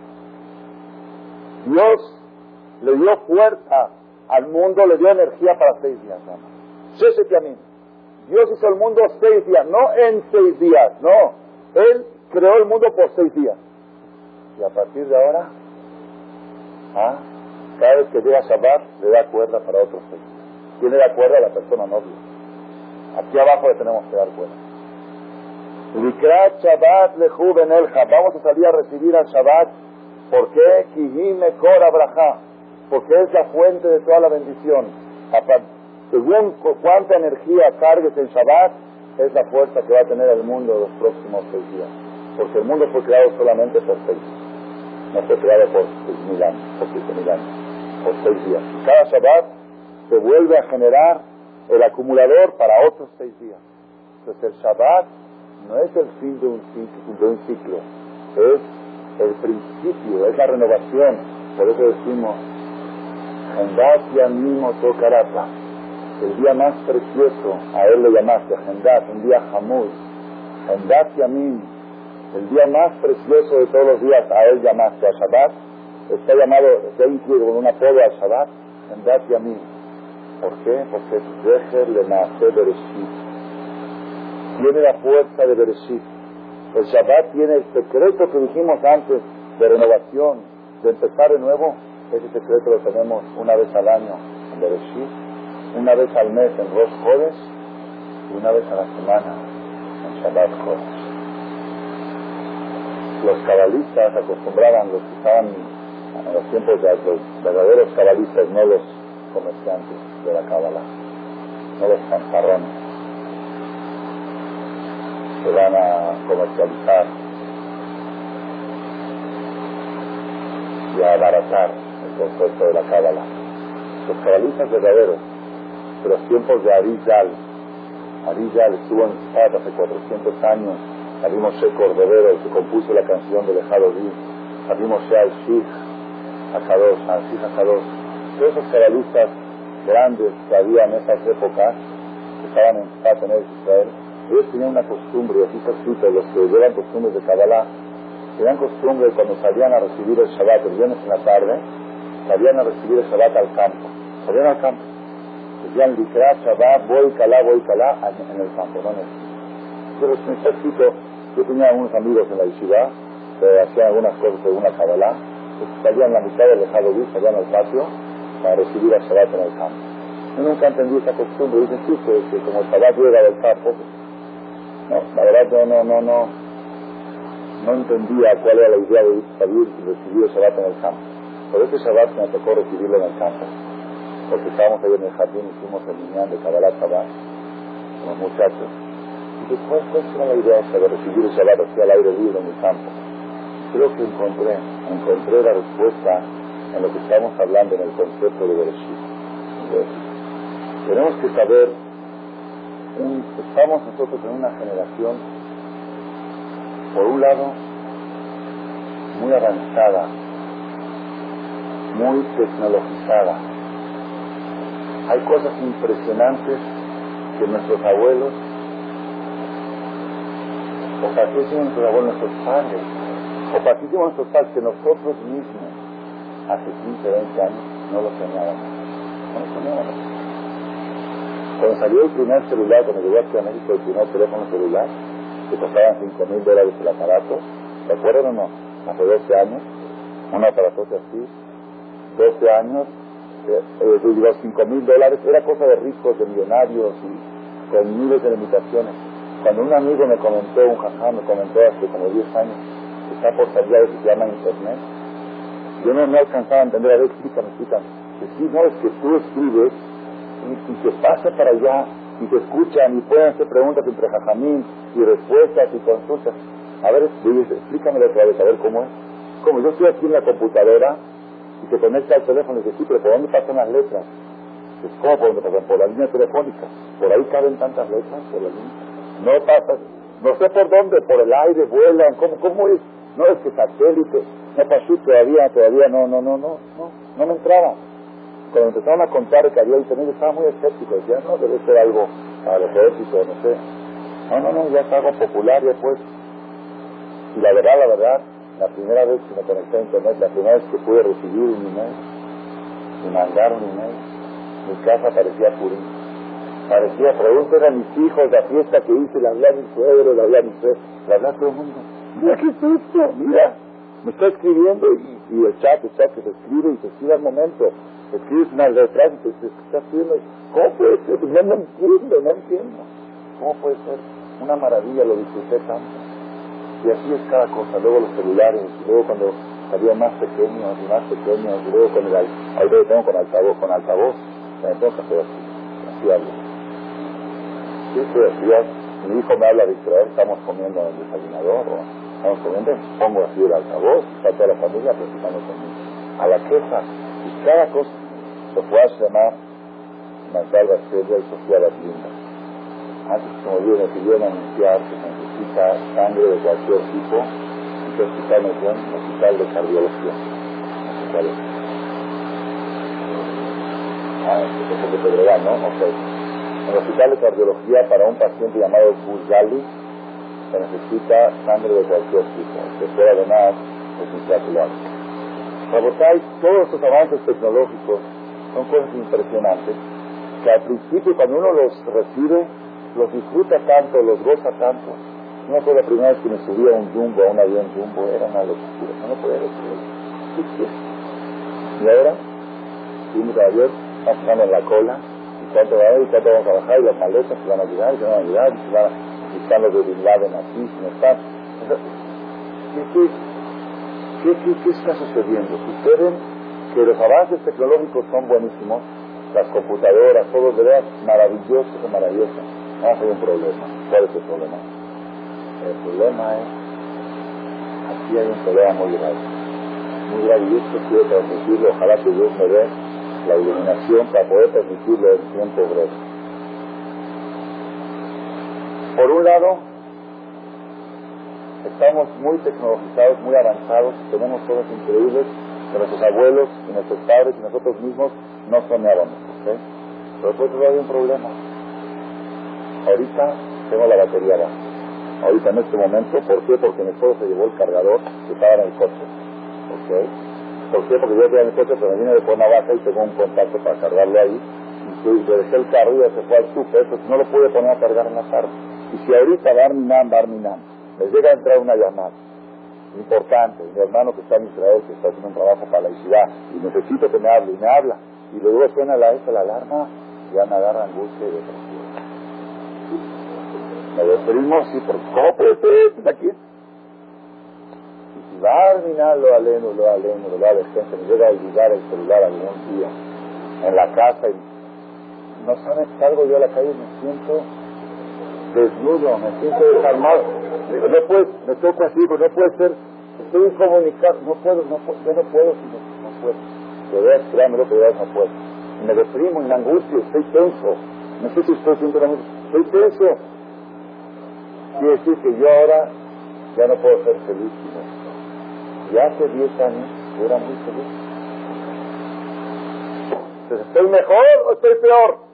Dios le dio fuerza al mundo, le dio energía para seis días. Sheshet Yamim. Dios hizo el mundo seis días, no en seis días, no. Él creó el mundo por seis días. Y a partir de ahora, ¿ah? cada vez que llega Shabbat, le da cuerda para otros seis días. ¿Quién le da cuerda? A la persona novia. Aquí abajo le tenemos que dar cuerda. Likrat Shabbat lehu benelja. Vamos a salir a recibir al Shabbat. ¿Por qué? Kihi mekor abraha. Porque es la fuente de toda la bendición. Según cuánta energía cargues en Shabbat, es la fuerza que va a tener el mundo los próximos seis días. Porque el mundo fue creado solamente por seis. No fue creado por seis mil años, por siete mil años, por seis días. Cada Shabbat se vuelve a generar el acumulador para otros seis días. Entonces el Shabbat no es el fin de un ciclo, de un ciclo, es el principio, es la renovación. Por eso decimos: Hendat Yamim Oto Karata. El día más precioso, a él le llamaste Hendat, un día Hamud. Hendat Yamim, el día más precioso de todos los días, a él llamaste. A Shabbat está llamado, está incluido con un apodo a Shabbat, Hendat Yamim. ¿Por qué? Porque es Zecher le Maaseh Bereshit. Tiene la fuerza de Bereshit. El Shabbat tiene el secreto que dijimos antes de renovación, de empezar de nuevo. Ese secreto lo tenemos una vez al año en Bereshit, una vez al mes en Rosh Chodesh y una vez a la semana en Shabbat Chodesh. Los cabalistas acostumbraban, los que estaban en los tiempos de los verdaderos cabalistas, no los comerciantes de la Cábala, no los fanfarrones que van a comercializar y a abaratar el concepto de la Cábala. Los cabalistas verdaderos de los tiempos de Arizal. Arizal estuvo en Tzfat hace cuatrocientos años. Rabbi Moshe Cordovero, que compuso la canción de Lejado Di, Rabbi Moshe Al-Shich Akadosh, Al-Shich Akadosh. Todos esos cabalistas grandes que había en esas épocas, que estaban en Tzfat, en Israel, ellos tenían una costumbre, así está escrito, los que llevan costumbres de Kabbalah, tenían costumbre de cuando salían a recibir el Shabbat, el viernes en la tarde, salían a recibir el Shabbat al campo. Salían al campo. Decían, Likrat Shabbat, voy calá, voy calá, en el campo, no en el campo. Pero me está escrito, yo tenía algunos amigos en la yeshiva, que hacían algunas cosas según la Kabbalah, que salían la mitad del Lejado Di, salían al patio, para recibir el Shabbat en el campo. Yo nunca entendí esa costumbre. Dicen, sí, que, que como el Shabbat llega del campo, no, la verdad yo no, no, no, no entendía cuál era la idea de salir y recibir el Shabbat en el campo. Por ese Shabbat me tocó recibirlo en el campo, porque estábamos ahí en el jardín, hicimos el minyan de Kabbalah Shabbat con los muchachos. Y dije, ¿cuál, cuál era la idea esta de recibir el Shabbat así al aire libre en el campo? Creo que encontré, encontré la respuesta en lo que estamos hablando en el concepto de Bereshit. Tenemos que saber, un, estamos nosotros en una generación, por un lado, muy avanzada, muy tecnologizada. Hay cosas impresionantes que nuestros abuelos, o para qué hicimos nuestros abuelos, nuestros padres, o para qué hicimos nuestros padres, que nosotros mismos, hace quince, veinte años, no lo soñábamos. No lo soñábamos. Cuando salió el primer celular, cuando llegó aquí a México el primer teléfono celular, que costaban cinco mil dólares el aparato, ¿se acuerdan o no? Hace doce años, un aparatote así, doce años, eh, eh, digo, cinco mil dólares, era cosa de ricos, de millonarios, y con miles de limitaciones. Cuando un amigo me comentó, un jajá me comentó hace como diez años, que está por salir algo que se llama Internet, yo no me alcanzaba a entender, a ver, explícame, explícame, que sí, no, es que tú escribes, y, y que pasa para allá, y te escuchan, y pueden hacer preguntas entre jajamín, y respuestas, y consultas. A ver, explícamelo otra vez, a ver cómo es. Como yo estoy aquí en la computadora, y se conecta al teléfono, y dice, sí, pero ¿por dónde pasan las letras? Pues, ¿cómo por dónde pasan? Por la línea telefónica. ¿Por ahí caben tantas letras? ¿Por la línea? No pasa, no sé por dónde, por el aire, vuelan, ¿cómo, cómo es? No, es que satélite, no pasó todavía, todavía, no, no, no, no, no, no me entraba. Cuando empezaron a contar que había internet, yo estaba muy escéptico, decía, no, debe ser algo para el ejército, no sé. No, no, no, ya es algo popular, ya pues. Y la verdad, la verdad, la primera vez que me conecté a internet, la primera vez que pude recibir un email, y mandar un email, mi casa parecía purín. Parecía, pregúntenle a mis hijos la fiesta que hice, le hablé a mi suegro, le hablé a mi suegro, le hablé a todo el mundo. Mira, ¿qué es esto? Mira, me está escribiendo, y, y el chat, el chat que se escribe y se escribe al momento. Escribes unas letras y te, te, te está escribiendo. ¿Cómo puede ser? No, no entiendo, no entiendo. ¿Cómo puede ser? Una maravilla, lo disfruté tanto. Y así es cada cosa. Luego los celulares, y luego cuando salían más pequeños y más pequeños, y luego con el ahorita lo tengo con altavoz, con altavoz, me tengo que hacer así, así hablo. Sí, estoy así, mi hijo me habla de Israel, estamos comiendo en el desayunador, o estamos comiendo, pongo así el altavoz, está toda la familia platicando conmigo. A la queja, y cada cosa, se puede llamar Natal Bastelia y Sofía Batlinda. Antes, como yo me pidieron anunciar que se necesita sangre de cualquier tipo, ¿en qué hospital me dio? Un hospital de cardiología. Hospital de... Ah, este es de Pedregal, ¿no? Ok. En el hospital de cardiología, para un paciente llamado Buzali, se necesita sangre de cualquier tipo, que pueda además es intracelular. Rabotai, todos estos avances tecnológicos son cosas impresionantes, que al principio cuando uno los recibe, los disfruta tanto, los goza tanto. No me acuerdo la primera vez que me subía a un jumbo, a un avión jumbo, era una locura, no me podía decir. ¿Qué es eso? Y ahora, subimos al avión, estamos pasando en la cola, y cuánto va a ir, y cuánto vamos a bajar, y las maletas se van a llegar, y se van a llegar, y se van a buscar los de Bin Laden aquí, sin estar. ¿Qué, qué, qué, qué, ¿Qué está sucediendo? Suceden que los avances tecnológicos son buenísimos, las computadoras, todo de verdad maravilloso, maravilloso. Vamos a ver un problema. ¿Cuál es el problema? El problema es, aquí hay un problema muy grave. Muy grave, y esto quiero transmitirlo, ojalá que Dios me dé la iluminación para poder transmitirlo en tiempo breve. Por un lado, estamos muy tecnologizados, muy avanzados, tenemos cosas increíbles que nuestros abuelos y nuestros padres y nosotros mismos no soñábamos, ¿ok? Pero por otro lado hay un problema. Ahorita tengo la batería baja. Ahorita en este momento, ¿por qué? Porque mi esposo se llevó el cargador que estaba en el coche, ¿ok? ¿Por qué? Porque yo tenía mi coche, pero me vine de Cuernavaca y tengo un contacto para cargarlo ahí. Y le dejé el carro y ya se fue al súper, pues no lo pude poner a cargar en la tarde. Y si ahorita Barminam, Barminam, les llega a entrar una llamada importante, mi hermano que está en Israel, que está haciendo un trabajo para la ciudad, y necesito que me hable, y me habla, y luego suena la, esa, la alarma, ya me agarra angustia y depresión. Me deprimo, sí, porque ¿cómo puede ser? ¿Está aquí? Y si Barminam lo aleno, lo aleno, lo aleno, gente, me llega a olvidar el celular algún día, en la casa, y no sabes, salgo yo a la calle y me siento desnudo, me siento desarmado. Digo, no puedo, me toco así, pero no puede ser, estoy incomunicado, no puedo, no puedo, yo no puedo, no, no puedo. De verdad, créanmelo, que de verdad no puedo. Y me deprimo, y me angustio, estoy tenso. No sé si estoy siendo la misma, estoy tenso. Quiere decir que yo ahora ya no puedo ser feliz. ¿No? Y hace diez años yo era muy feliz. Entonces, ¿estoy mejor o estoy peor?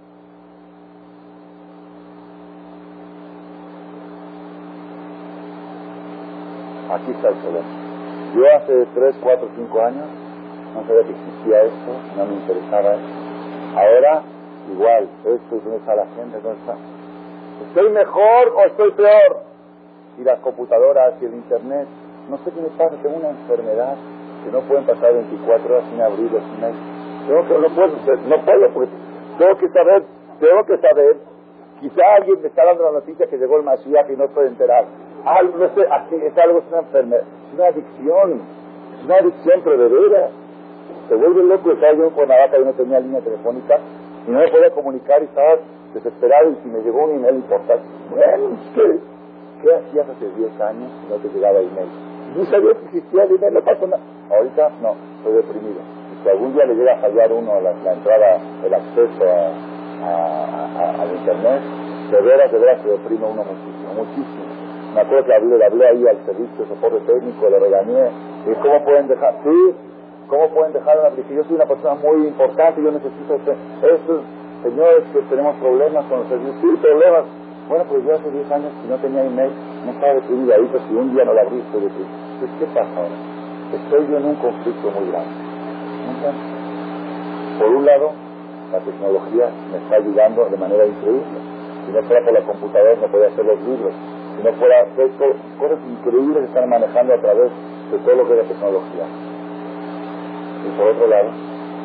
Aquí está el problema. Yo hace tres, cuatro, cinco años no sabía que existía esto, no me interesaba esto. Ahora, igual, esto, ¿dónde está la gente? ¿Dónde está? ¿Estoy mejor o estoy peor? Y las computadoras y el internet, no sé qué me pasa, tengo una enfermedad que no pueden pasar veinticuatro horas sin abrir los emails. Tengo que, no puedo, no puedo, porque tengo que saber, tengo que saber, quizá alguien me está dando la noticia que llegó el Mashiach y no estoy enterado. Algo, no sé, así, es algo, es una enfermedad, es una adicción, es una adicción, pero de veras. Se vuelve loco. Estaba yo en Cuernavaca y no tenía línea telefónica y no me podía comunicar y estaba desesperado, y si me llegó un email importante, bueno, ¿qué, ¿qué hacías hace diez años si no te llegaba email? No sabía que existía el email, no pasó nada. Ahorita no, estoy deprimido. Y si algún día le llega a fallar uno la, la entrada, el acceso a, a, a, al internet, de veras, de veras se deprime uno muchísimo, muchísimo. Me acuerdo que hablé, le hablé ahí al servicio de soporte técnico, le regañé, y cómo pueden dejar, sí, cómo pueden dejar una, porque yo soy una persona muy importante, yo necesito este, estos señores que tenemos problemas con los servicios, sí, problemas. Bueno, pues yo hace diez años que no tenía email, no estaba deprimido ahí, pues si un día no la abrí, estoy deprimido. Entonces, ¿qué pasa ahora? Estoy yo en un conflicto muy grande, muy grande. Por un lado, la tecnología me está ayudando de manera increíble. Si no fuera por la computadora no podía hacer los libros. Si no fuera hacer cosas increíbles que están manejando a través de todo lo que es la tecnología. Y por otro lado,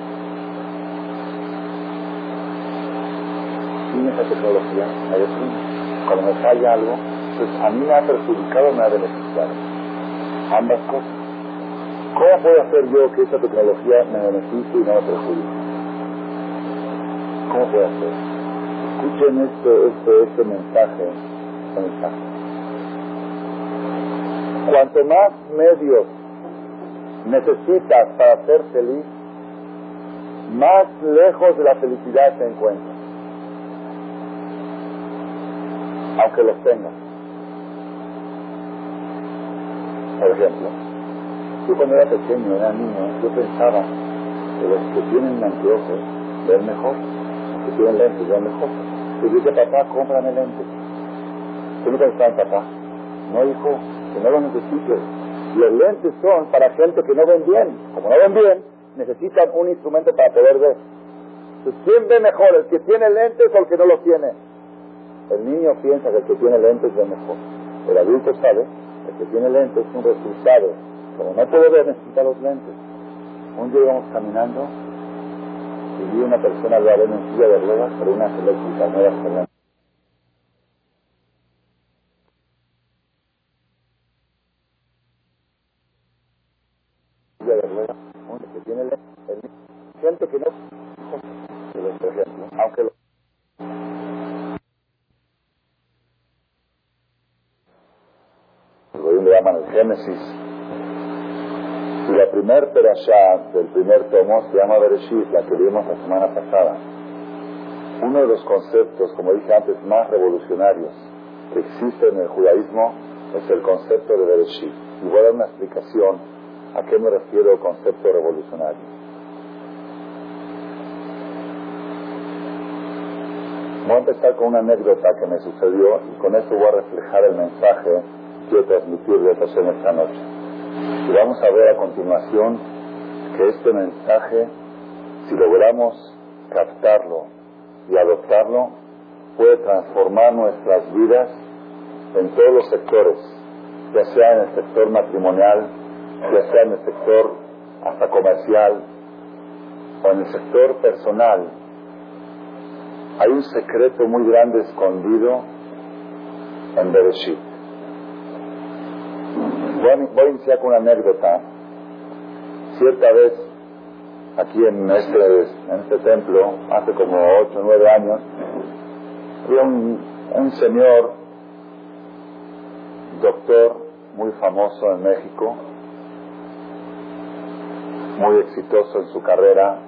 sin esa tecnología me deprime. Cuando me falla algo, pues a mí me ha perjudicado o me ha beneficiado. Ambas cosas. ¿Cómo puedo hacer yo que esta tecnología me beneficie y no me perjudique? ¿Cómo puedo hacer? Escuchen este, este, este mensaje, este mensaje. Cuanto más medios necesitas para ser feliz, más lejos de la felicidad te encuentras. Aunque los tengas. Por ejemplo, yo cuando era pequeño, era niño, yo pensaba que los que tienen anteojos ven mejor, los que tienen lentes ven mejor. Y yo decía, papá, cómprame lentes. ¿Tú no pensabas, papá? No, hijo, que no los necesites. Los lentes son para gente que no ven bien. Como no ven bien, necesitan un instrumento para poder ver. Entonces, ¿quién ve mejor, el que tiene lentes o el que no los tiene? El niño piensa que el que tiene lentes ve mejor. El adulto sabe que el que tiene lentes es un resultado. Como no puede ver, necesita los lentes. Un día íbamos caminando y vi una persona al lado en una silla de ruedas, pero unas eléctricas, no las que de ruedas, uno que tiene lentes, gente que no de los ejemplos, aunque lo Hoy le llaman el Génesis. Y la primer perashá del primer tomo se llama Bereshit, la que vimos la semana pasada. Uno de los conceptos, como dije antes, más revolucionarios que existen en el judaísmo es el concepto de Bereshit. Y voy a dar una explicación a qué me refiero el concepto revolucionario. Voy a empezar con una anécdota que me sucedió y con esto voy a reflejar el mensaje que quiero transmitirle a esta noche. Y vamos a ver a continuación que este mensaje, si logramos captarlo y adoptarlo, puede transformar nuestras vidas en todos los sectores, ya sea en el sector matrimonial, ya sea en el sector hasta comercial o en el sector personal. Hay un secreto muy grande escondido en Bereshit. Voy a, voy a iniciar con una anécdota. Cierta vez, aquí en este, en este templo, hace como ocho o nueve años, había un, un señor, doctor, muy famoso en México, muy exitoso en su carrera,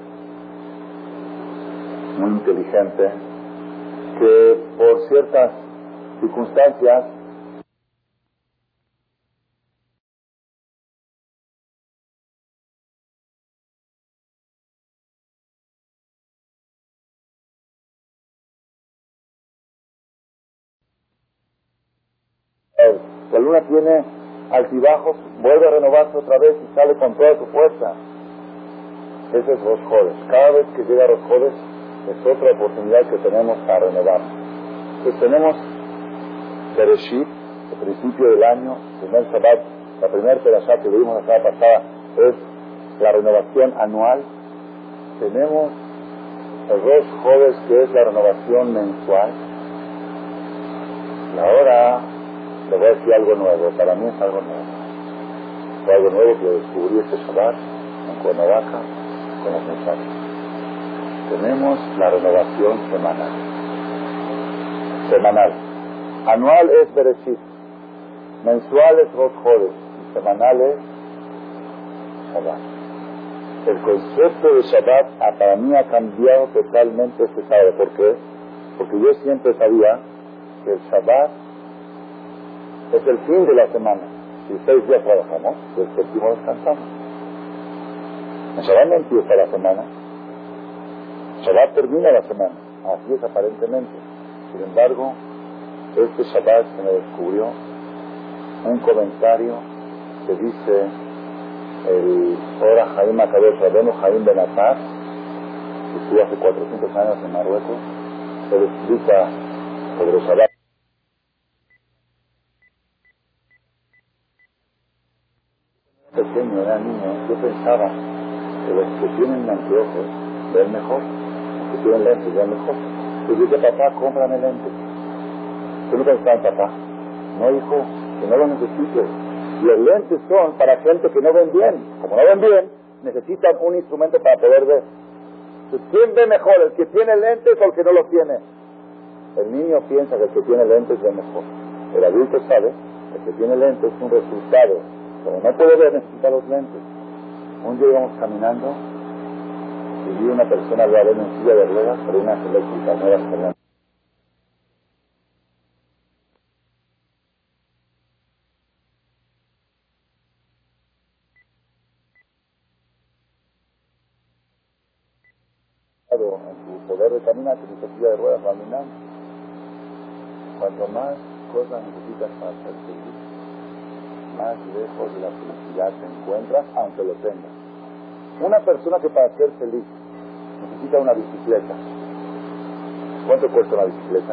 muy inteligente, que por ciertas circunstancias la luna tiene altibajos, vuelve a renovarse otra vez y sale con toda su fuerza. Ese es Rosh Hodesh. Cada vez que llega Rosh Hodesh es otra oportunidad que tenemos para renovarnos. Entonces tenemos Bereshit, el principio del año, el primer Shabbat, la primera perashá que vimos la semana pasada es la renovación anual. Tenemos el Rosh Hodesh, que es la renovación mensual. Y ahora le voy a decir algo nuevo, para mí es algo nuevo. Fue algo nuevo que descubrí este Shabbat en Cuernavaca con los mensajes. Tenemos la renovación semanal. Semanal. Anual es Bereshit, mensual es Rosh Hodesh y semanal es Shabbat. El concepto de Shabbat para mí ha cambiado totalmente este sábado. ¿Por qué? Porque yo siempre sabía que el Shabbat es el fin de la semana. Si seis días trabajamos, pues el séptimo descansamos. En Shabbat no empieza la semana. Shabbat termina la semana. Así es aparentemente. Sin embargo, este Shabbat se me descubrió un comentario que dice el Ora Jaim Akadosh Rabenu Jaim Ben Atar, que estuvo hace cuatrocientos años en Marruecos. Él explica sobre el Shabbat. Pequeño, era niño, yo pensaba que los que tienen anteojos ven mejor, los que tienen lentes ven mejor. Yo dije, papá, cómprame lentes. ¿Tú no pensabas, papá? No, hijo, que no lo necesites. Los lentes son para gente que no ven bien. Como no ven bien, necesitan un instrumento para poder ver. Entonces, ¿quién ve mejor, el que tiene lentes o el que no los tiene? El niño piensa que el que tiene lentes ve mejor. El adulto sabe que el que tiene lentes es un resultado. Como no puede ver, necesita los lentes. Un día íbamos caminando y vi una persona de arena en silla de ruedas, pero unas eléctricas, no las eléctricas. En su poder de caminar, que su silla de ruedas caminando. Cuanto más cosas necesitas para ser feliz, más lejos de la felicidad te encuentras, aunque lo tengas. Una persona que para ser feliz necesita una bicicleta. ¿Cuánto cuesta una bicicleta?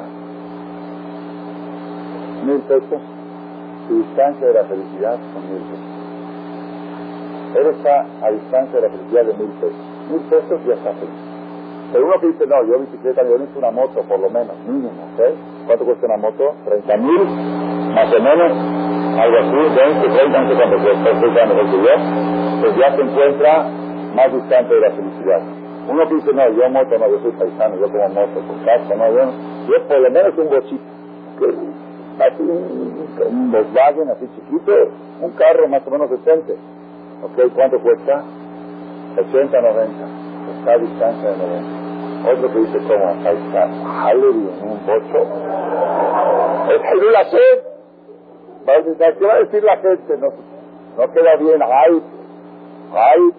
Mil pesos. Su distancia de la felicidad son mil pesos. Él está a distancia de la felicidad de mil pesos. Mil pesos y ya está feliz. Pero uno que dice, no, yo bicicleta, yo necesito una moto por lo menos, mínimo, ¿ok? ¿Cuánto cuesta una moto? treinta mil, más o menos, algo así, veinte, treinta, no sé cuánto cuesta, treinta mejor que yo, pues ya se encuentra más distante de la felicidad. Uno que dice, no, yo moto, no, yo soy paisano, yo como moto, con casco, no, yo, yo por lo menos un bochito. Así un, un Volkswagen así chiquito, un carro más o menos decente. Ok, ¿cuánto cuesta? ochenta, noventa. Está a distancia de noventa. Otro que dice, ¿cómo? Ahí está, Hallery en un bocho. Es que la gente. ¿Qué va a decir la gente? No, no queda bien. Ay, ay.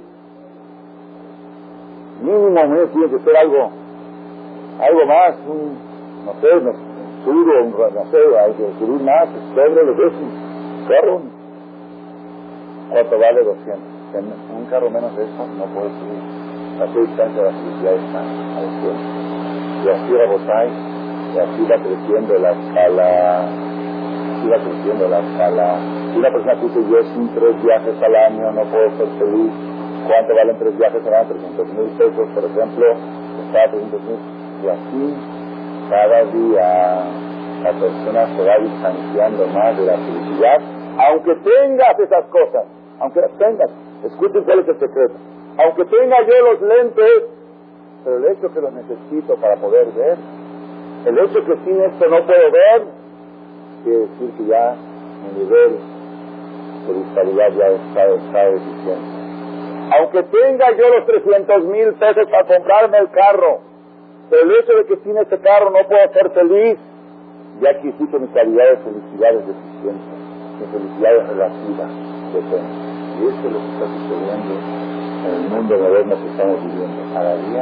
Mínimo, mínimo, tiene que ser algo, algo más, un, no sé, no, duro, no sé, hay que subir más, sobre los décimos. Carro, ¿cuánto vale? doscientos. En un carro menos de eso no puede subir. A qué distancia la felicidad está a doscientos. Y así va Botay, y así va creciendo la escala, así va creciendo la escala. Si una persona que dice, yo sin tres viajes al año no puedo ser feliz, ¿cuánto valen tres viajes al año? trescientos mil pesos, por ejemplo, está a trescientos mil. Y así, cada día, la persona se va distanciando más de la felicidad, aunque tengas esas cosas, aunque las tengas. Escuchen cuál es el secreto. Aunque tenga yo los lentes, pero el hecho que los necesito para poder ver, el hecho que sin esto no puedo ver, quiere decir que ya mi nivel de disparidad ya está, está deficiente. Aunque tenga yo los trescientos mil pesos para comprarme el carro, pero el hecho de que sin este carro no puedo ser feliz, ya que que mi calidad de felicidad es deficiente, mi felicidad es relativa, depende. Y esto es lo que está sucediendo en el mundo moderno que estamos viviendo. Cada día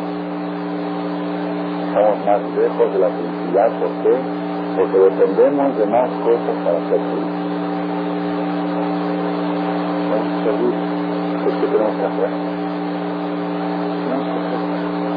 estamos más lejos de la felicidad. ¿Por qué? Porque dependemos de más cosas para ser felices. Vamos a servir. ¿Qué tenemos que hacer? Tenemos que hacer.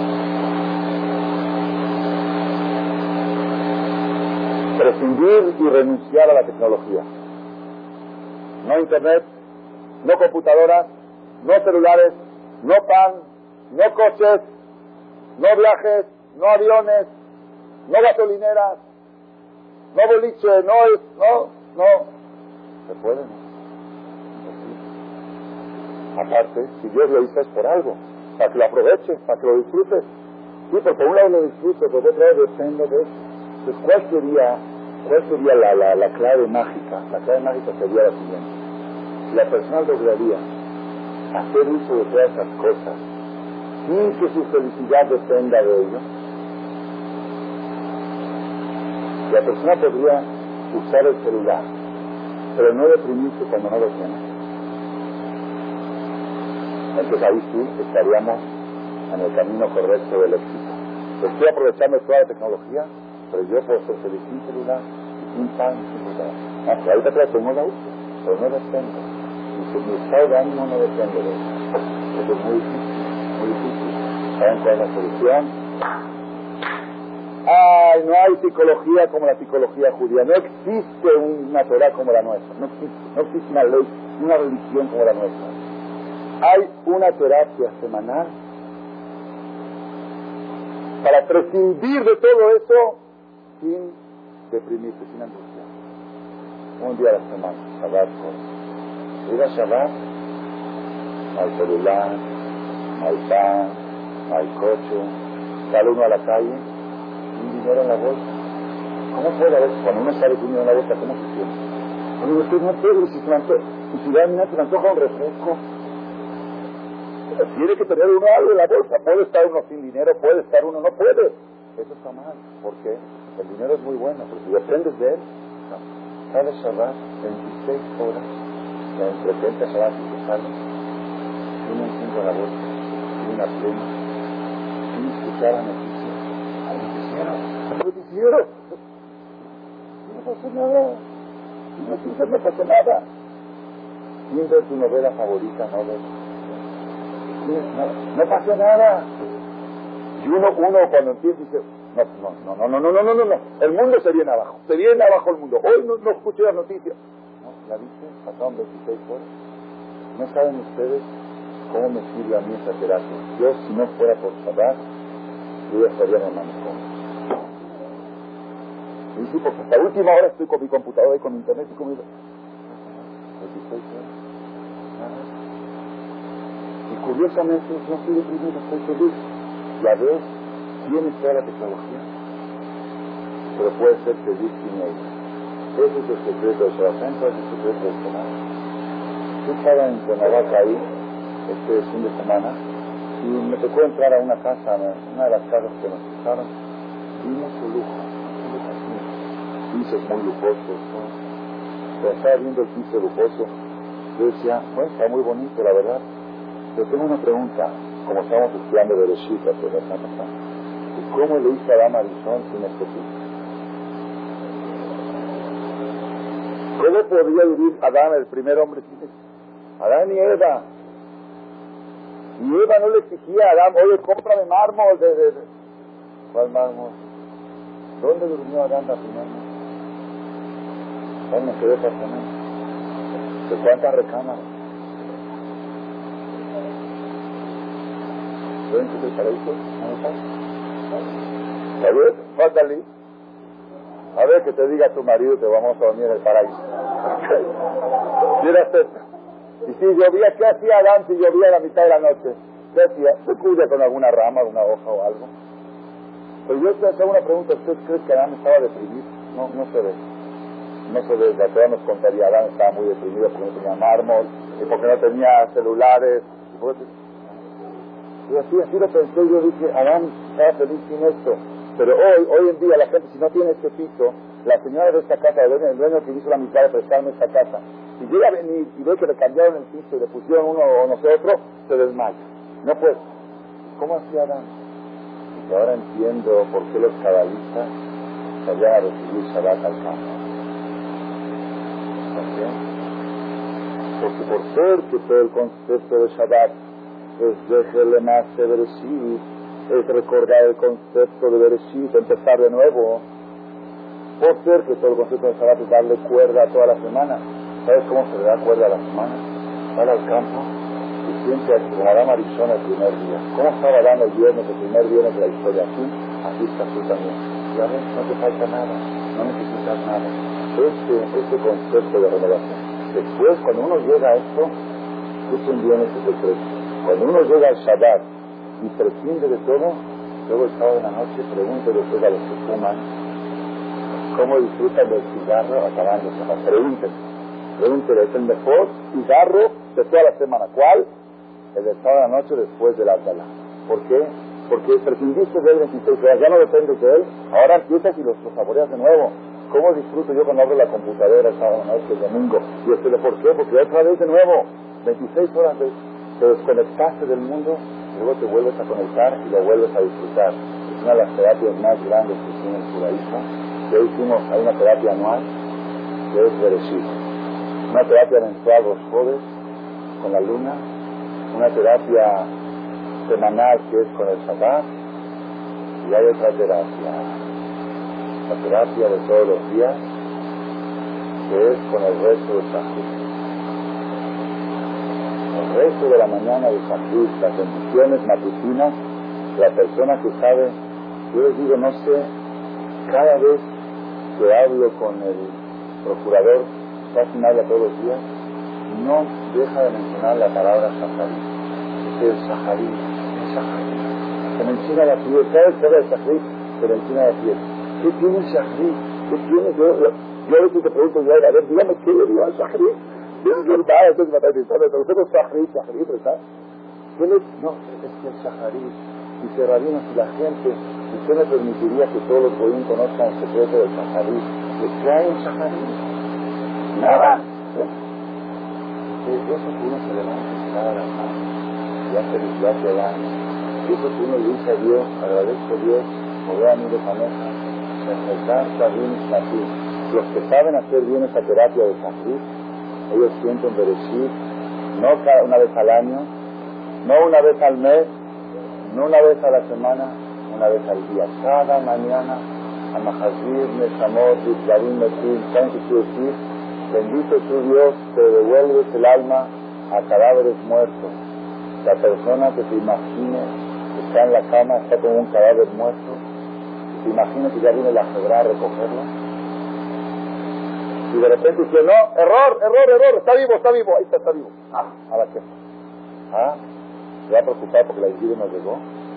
Prescindir y renunciar a la tecnología. No internet, no computadoras, no celulares, no pan, no coches, no viajes, no aviones, no gasolineras, no boliche, no es, no, no. ¿Se puede? No. Aparte, si Dios lo hizo es por algo, para que lo aproveches, para que lo disfrutes. Sí, porque por un lado lo disfruto, por otro lado dependo de eso. Entonces, ¿cuál sería, cuál sería la, la, la clave mágica? La clave mágica sería la siguiente. Si la persona lograría hacer uso de todas esas cosas sin que su felicidad dependa de ello, la persona podría usar el celular, pero no deprimirse cuando no lo tiene. Entonces ahí sí estaríamos en el camino correcto del éxito. Estoy aprovechando toda la tecnología, pero yo puedo ser feliz sin celular, sin pan, sin celular. Ah, pero ahorita creo que no la uso, pero no depende. Y mi estado de ánimo no depende de eso. Eso es muy difícil, muy difícil. ¿Saben cuál es la solución? Ay, no hay psicología como la psicología judía. No existe una Torah como la nuestra. No existe, no existe una ley, una religión como la nuestra. Hay una terapia semanal para prescindir de todo eso sin deprimirse, sin angustia. Un día a la semana, Shabbat. Ir a Shabbat, no hay celular, no hay pan, no hay coche, sale uno a la calle, un dinero en la bolsa. ¿Cómo puede haber? Cuando uno sale con dinero en la bolsa, ¿cómo se siente? Cuando uno no puede, y si se me antoja, y si da se me antoja un refresco, tiene que tener uno algo en la bolsa. Puede estar uno sin dinero, puede estar uno, no puede. Eso está mal. ¿Por qué? El dinero es muy bueno, pero si dependes de él, no. Cada Shabbat, veintiséis horas, entre treinta Shabbat y que sale, uno encuentra la bolsa, y una pluma, y escuchar la noticia. Al noticiero, al noticiero. No pasa nada. No noticias no pasa nada. Sin ver tu novela favorita, no ves. No, no pasa nada. Y uno, uno cuando empieza dice, no, no, no, no, no, no, no, no, no, el mundo se viene abajo, se viene abajo el mundo. Hoy no, no escuché las noticias. No, ya viste, pasaron veintiséis horas. No saben ustedes cómo me sirve a mí esa terapia. Yo, si no fuera por Shabbat, yo ya estaría en el manicomio. Y sí, porque hasta la última hora estoy con mi computadora y con internet y con mi... veintiséis horas. Nada. Y curiosamente, no estoy deprimido, estoy feliz. Ya ves, tienes toda la tecnología, pero puedes ser feliz sin ella. Ese es el secreto de Shabbat, ese es el secreto de Shabbat. Yo estaba en Cuernavaca ahí, este fin de semana, y me tocó entrar a una casa, una de las casas que nos gustaron, y mucho lujo, pisos muy lujosos, ¿no? Pero estaba viendo el piso lujoso, yo decía, bueno, está muy bonito, la verdad, pero tengo una pregunta, como estamos estudiando de Bereshit, ¿cómo le hizo Adán a Rishon sin este piso? ¿Cómo podría vivir Adán, el primer hombre, sin esto? Adán y Eva. Y Eva no le exigía a Adán, oye, cómprame mármol. De, de, de. ¿Cuál mármol? ¿Dónde durmió Adán la primera noche? ¿Dónde quedó apartamento? ¿De cuántas recámaras? ¿Ven que el paraíso? A ver, fátale. A ver, que te diga tu marido que vamos a dormir en el paraíso. Mira esta. Y si llovía, ¿qué hacía Adán si llovía a la mitad de la noche? ¿Qué hacía? Se cubre con alguna rama, alguna hoja o algo. Pero yo te hago una pregunta. ¿Usted cree que Adán estaba deprimido? No, no se ve. No se ve. La Torah nos contaría, Adán estaba muy deprimido porque no tenía mármol, y porque no tenía celulares. Y así, así lo pensé. Yo dije, Adán estaba feliz sin esto. Pero hoy, hoy en día la gente, si no tiene este piso, la señora de esta casa, el dueño, el dueño que hizo la mitad de prestarme esta casa, si llega a venir y ve que le cambiaron el piso y le pusieron uno o no sé otro, se desmaya. No puede. ¿Cómo hacía Adán? Y ahora entiendo por qué los cabalistas salían a recibir Shabbat al campo. ¿Por qué? Porque por ser que todo el concepto de Shabbat es dejarle más de Bereshit, es recordar el concepto de Bereshit, empezar de nuevo. Por ser que todo el concepto de Shabbat es darle cuerda a toda la semana. ¿Sabes cómo se le da cuerda a la semana? Sale al campo y siente como Adán Arizona el primer día. ¿Cómo estaba Adán el viernes, el primer viernes de la historia? Así, así estás tú también. Ya ves, no te falta nada, no necesitas nada. Este, este concepto de renovación. Después, cuando uno llega a esto, escuchen bien este secreto. Cuando uno llega al Shabbat y prescinde de todo, luego el sábado de la noche pregúntele usted a los que fuman cómo disfrutan del cigarro acabándose. Pregúntele, pregúntele, es el mejor cigarro de toda la semana. ¿Cuál? El del sábado de la noche después del Atala. ¿Por qué? Porque prescindiste de él veintiséis horas, ya no dependes de él, ahora empiezas y los, los saboreas de nuevo. ¿Cómo disfruto yo cuando abro la computadora el sábado de la noche, el domingo? Y usted, ¿por qué? Porque otra vez de nuevo, veintiséis horas de, te desconectaste del mundo, luego te vuelves a conectar y lo vuelves a disfrutar. Es una de las terapias más grandes que tiene el judaísmo. Que hoy hicimos, hay una terapia anual que es Bereshit, una terapia mensual los jueves con la luna, una terapia semanal que es con el Shabbat, y hay otra terapia, la terapia de todos los días que es con el resto de Shachrit. El resto de la mañana de Shachrit, las bendiciones matutinas, la persona que sabe, yo les digo, no sé, cada vez que hablo con el procurador, casi me habla todos los días, no deja de mencionar la palabra Shacharit. Es el Shacharit, el Shacharit. Se menciona la piel, cada vez que habla de Shacharit, se menciona la piel. ¿Qué tiene el Shacharit? ¿Qué tiene? Yo, yo, yo a veces te pregunto, yo, a ver, dígame qué le dio al Shacharit. Es normal, entonces me está diciendo, pero usted no es Shacharit, Shacharit, ¿verdad? ¿Qué le? No, es que el Shacharit. Dice Rabino, si la gente, usted me permitiría que todos los goyim conozcan el secreto del Shacharit. ¿Qué hay en Shacharit? Nada. ¿Eh? Eso que uno se levanta cada la mano y hace el viaje al año. Eso que uno le dice a Dios, agradezco a Dios, me voy a mí de pareja, rezar bien y los que saben hacer bien esa terapia de Shacharit, ellos sienten Bereshit, no cada una vez al año, no una vez al mes, no una vez a la semana, una vez al día. Cada mañana, Amahazir, Neshamot, Yisrarim, Metil, ¿saben qué quiere decir? Bendito tu Dios, te devuelves el alma a cadáveres muertos. La persona que se imagine que está en la cama, está como un cadáver muerto, que se imagine que ya viene la Jebra a recogerlo. Y de repente dice, no, error, error, error, está vivo, está vivo, ahí está, está vivo. Ah, a la que. Ah, ¿Se va a preocupar porque la Iglesia no llegó?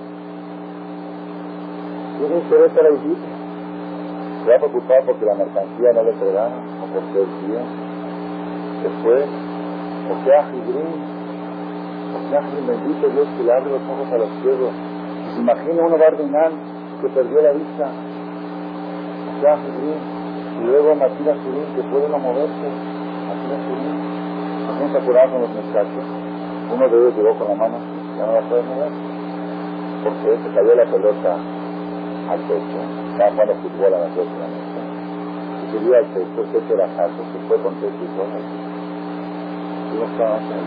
¿Tiene interés a la Iglesia? ¿Se va a preocupar porque la mercancía no le entregaron? ¿O porque el bien se fue? ¿O qué Ajibrín? ¿O qué Ajibrín? Bendito Dios que le abre los ojos a los ciegos. Se imagina uno Barminan que perdió la vista. ¿O qué Ajibrín? Y luego Matías Surín que puede no moverse. Matías Surín. ¿No se acuerdan con los muchachos? Uno de ellos llegó con la mano, ya no la puede mover. Porque se cayó la pelota al techo. Estaba jugando fútbol a las dos de la noche. Y subió al techo, el techo era alto, se fue con techo y todo. Y no estaba haciendo.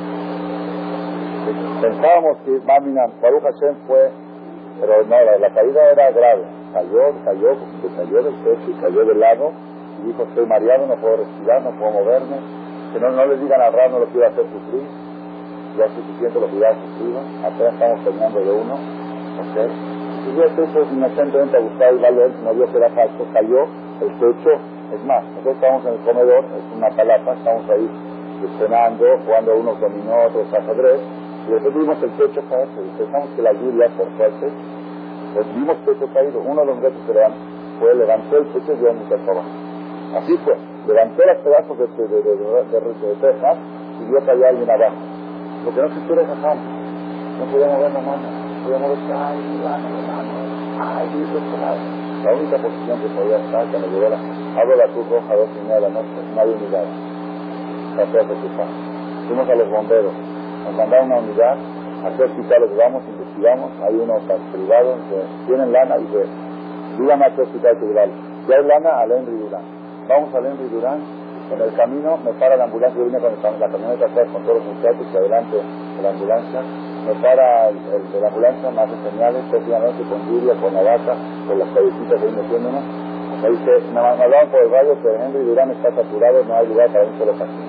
Pensábamos que Maminan, Baruch Hashem fue, pero no, la, la caída era grave. Cayó, cayó, se cayó del techo y cayó del lado. Y dijo, estoy mareado, no puedo respirar, no puedo moverme. Que no, no les digan al Rab, no lo quiero hacer sufrir. Ya es suficiente lo que ya ha sufrido. Apenas estamos terminando de uno. ¿Ok? Y yo el techo inocentemente a Gustavo y Valor, no vio que era falso, cayó el techo. Es más, nosotros estamos en el comedor, es una palapa, estamos ahí cenando, jugando unos dominó, otros ajedrez, y después vimos el techo caerse. Y pensamos que la lluvia, por suerte, pues vimos el techo caído. Uno de los retos que levantó, fue levantó el techo y dio mucha abajo. Así fue. Levantó los pedazos de, de, de, de, de, de, de tejas y vio que había alguien abajo. Lo que no se quiere es ajá. No podía mover la mano. No podía mover, ay, mi mano, mi mano. Ay, Dios, la única posición que podía estar cuando llegó la... Abro la cruz roja a dos y media de la noche, no había unidad. Está todo ocupado. Fuimos a los bomberos. Nos mandaron una unidad. A qué hospitales vamos, investigamos. Hay unos privados que tienen lana y que digan a qué hospital que llevarlo. Ya hay lana a Henry Durán. Vamos a Henry Durán. En el camino me para la ambulancia. Yo vine con el, la camioneta atrás con todos los muchachos y adelante de la ambulancia. Me para el, el de la ambulancia, me hace señales, prácticamente con lluvia, con la vaca, con las callecitas ahí metiéndonos. Me dice, me hablaban por el radio que Henry Durán está saturado, no hay lugar para un solo paciente.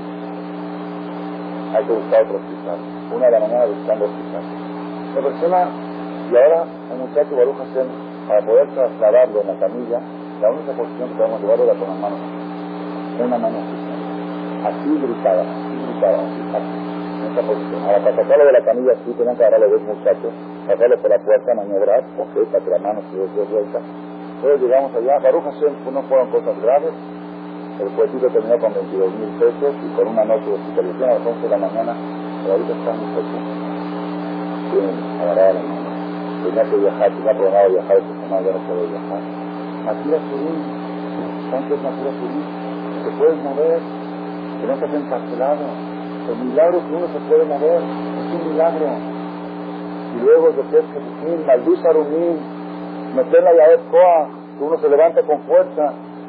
Hay que buscar otro hospital. Una de la mañana buscando hospital. La persona, y ahora el muchacho Baruch Hashem, para poder trasladarlo en la camilla, la única posición que podemos llevarlo era con las manos. Una mano así. Así gritaba, así gritaba, así, así. En esta posición. Ahora, para sacarlo de la camilla, así tenían que agarrar a los dos muchachos, sacarlo por la puerta, maniobrar, ok, para que la mano se dé vuelta. Entonces llegamos allá. Baruch Hashem no fueron cosas graves. El cuetito terminó con veintidós mil pesos y con una noche de hospitalización a las once de la mañana. Pero ahorita está muy poco. Tienen agarrada la mano. Tenía que viajar, tenía programado viajar esta semana, ya no puedo viajar. Matías Surín, ¿cuánto es Matías Surín? Te puedes mover, que no estás encarcelado. El milagro que uno se puede mover es un milagro. Y luego lo que es que Jesús, Malduz Arumín, meter la llave Coa, que uno se levanta con fuerza.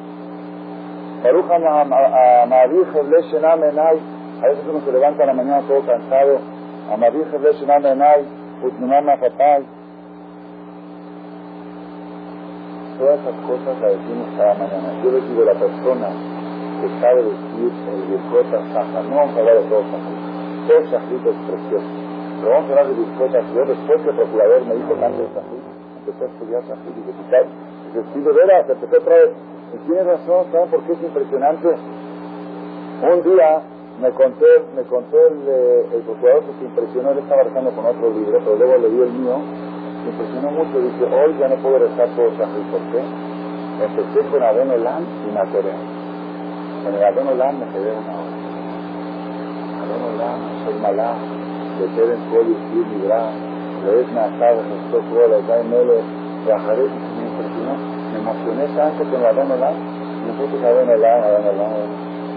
Baruch Amavi Jeble Shenam Enay. A veces uno se levanta en la mañana todo cansado. Amavi Jeble Shenam Enay, Utnumam Afatay. Todas esas cosas las decimos cada mañana. Yo les digo, la persona que sabe decir el Birkota Saja, no vamos a hablar de todo Saja. Todo Sajito es precioso. Pero vamos a hablar de Birkota. Yo después que el procurador me dijo tanto de Sajito, empecé a estudiar Sajito y de quitar. Y decir, de veras, empecé otra vez. Y tiene razón, ¿saben por qué es impresionante? Un día me contó, me contó el, el procurador que se impresionó, él estaba rezando con otro libro, pero luego leí el mío, me impresionó mucho, dice, hoy ya no puedo rezar todo Shahri, ¿por qué? Empecé con Adon Olam y me atoré. En el Adon Olam me quedé una hora. Adon Olam, soy malá, de Teren Kol y Sir Libra, lees Nazar, Jesús, Kuala, Zay Mele, Rajaré, me impresionó. Me emocioné tanto con la Adon Olam, nosotros Adon Olam, Adon Olam.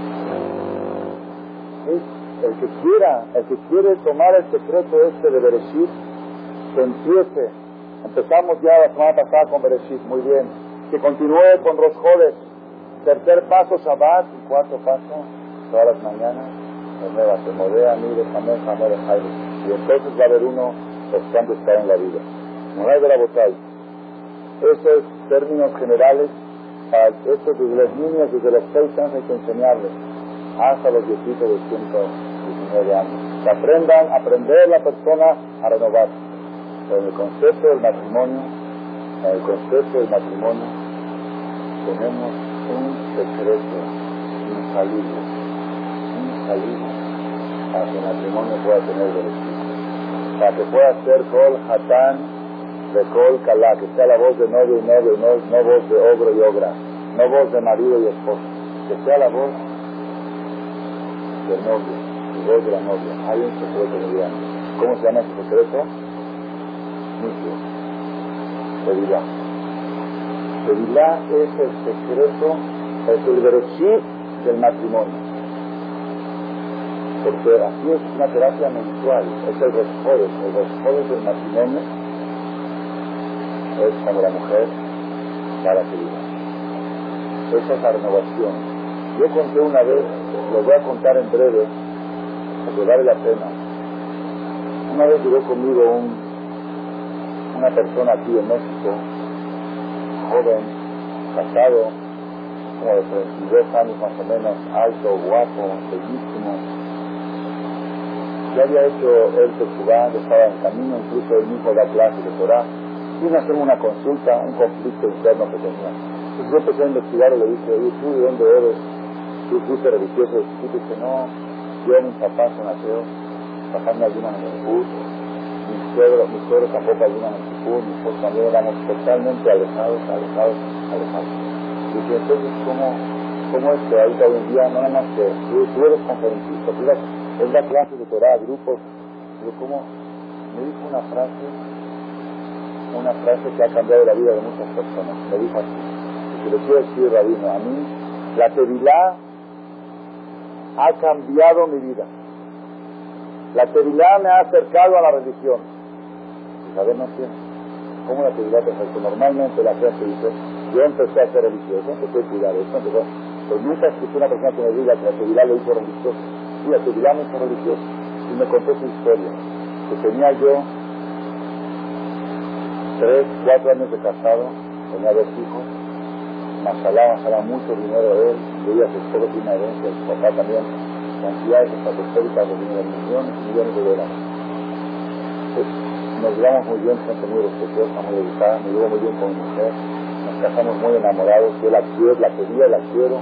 Es el que quiera, el que quiere tomar el secreto este de Bereshit, que empiece. Empezamos ya la semana pasada con Bereshit, muy bien. Que continúe con Rosh Chodesh. Tercer paso, Shabbat, y cuarto paso, todas las mañanas, de nueva, se modea, mire, jamé, jamé, de Jaime. Y entonces va a haber uno constante está en la vida. Moray de la Botay. Esos términos generales, para esto desde los niños, desde los seis años hay que enseñarles, hasta los viejitos de ciento diecinueve años. Que aprendan, aprender la persona a renovar. Pero en el concepto del matrimonio, en el concepto del matrimonio, tenemos un secreto infalible, infalible, para que el matrimonio pueda tener beneficio. para que pueda ser Kol Hatán de Kol Kalá, que sea la voz de novio y novio, y no, no voz de ogro y ogra, no voz de marido y esposo, que sea la voz del novio y voz de la novia. Hay un secreto muy grande. ¿Cómo se llama ese secreto? Micro. Tevilá. Tevilá es el secreto, es el bereshit del matrimonio. Porque así es una terapia mensual, es el resjodes, el resjodes del matrimonio es como la mujer para Tevilá. Esa es la renovación. Yo conté una vez, lo voy a contar en breve, porque vale la pena. Una vez llegó conmigo un, una persona aquí en México, joven, casado, como de treinta y dos años más o menos, alto, guapo, bellísimo. Ya había hecho él Teshuvá, estaba en camino, incluso él mismo da clases de Torah. Vino a hacerme una consulta, un conflicto interno que tenía. Entonces yo empecé a investigar y le dije, oye, ¿tú de dónde eres? ¿Tú fuiste religioso? Y dice, no, yo mis papás son ateos, mis papás me ayudan en el bus, mis suegros, mis suegros tampoco ayudan en el bus, mis esposos también éramos totalmente alejados, alejados, alejados. Y dije, entonces, ¿cómo, cómo es que ahorita hoy en día no nada más que tú, tú eres conferencista, tú eres, él da clases de Torah, grupos, pero ¿cómo? Me dijo una frase, una frase que ha cambiado la vida de muchas personas. Me dijo así, y se lo quiero decir, Rabino, a mí, la Tevilá ha cambiado mi vida. La Tevilá me ha acercado a la religión. Y a ver, no entiendo. ¿Cómo la Tevilá te acercó? Normalmente la gente dice, yo empecé a ser religioso, empecé a cuidar eso, empecé, pero nunca escuché una persona que me diga que la Tevilá lo hizo religioso. Sí, la Tevilá me hizo religioso. Y me contó su historia, que tenía yo tres, cuatro años de casado, tenía dos hijos, mashallah, mashallah, mucho dinero de él, y ella se esposa tiene una herencia, su papá también, cantidades estratosféricas de dinero, millones y millones de dólares. Pues, nos llevamos muy bien, gente muy respetuosa, muy educada, me llevo muy bien con mi mujer, nos casamos muy enamorados, yo la quiero, la quería, la quiero.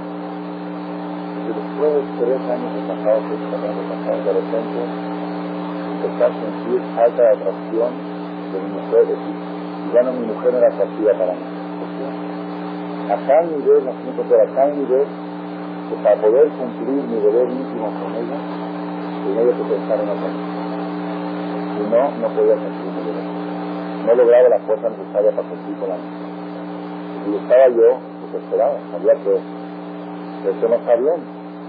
Y después de tres años de casado, tres años de casado, de repente, empecé a sentir falta de atracción de mi mujer, es decir, ya no, mi mujer no era atractiva para mí. ¿Por qué? A tal nivel, nos encontré a tal nivel, que para poder cumplir mi deber íntimo con ella, tenía que pensar en otra cosa. Si no, no podía cumplir mi deber. No lograba la fuerza necesaria para cumplir con la misma. Y estaba yo, pues esperaba, sabía que, que eso no está bien.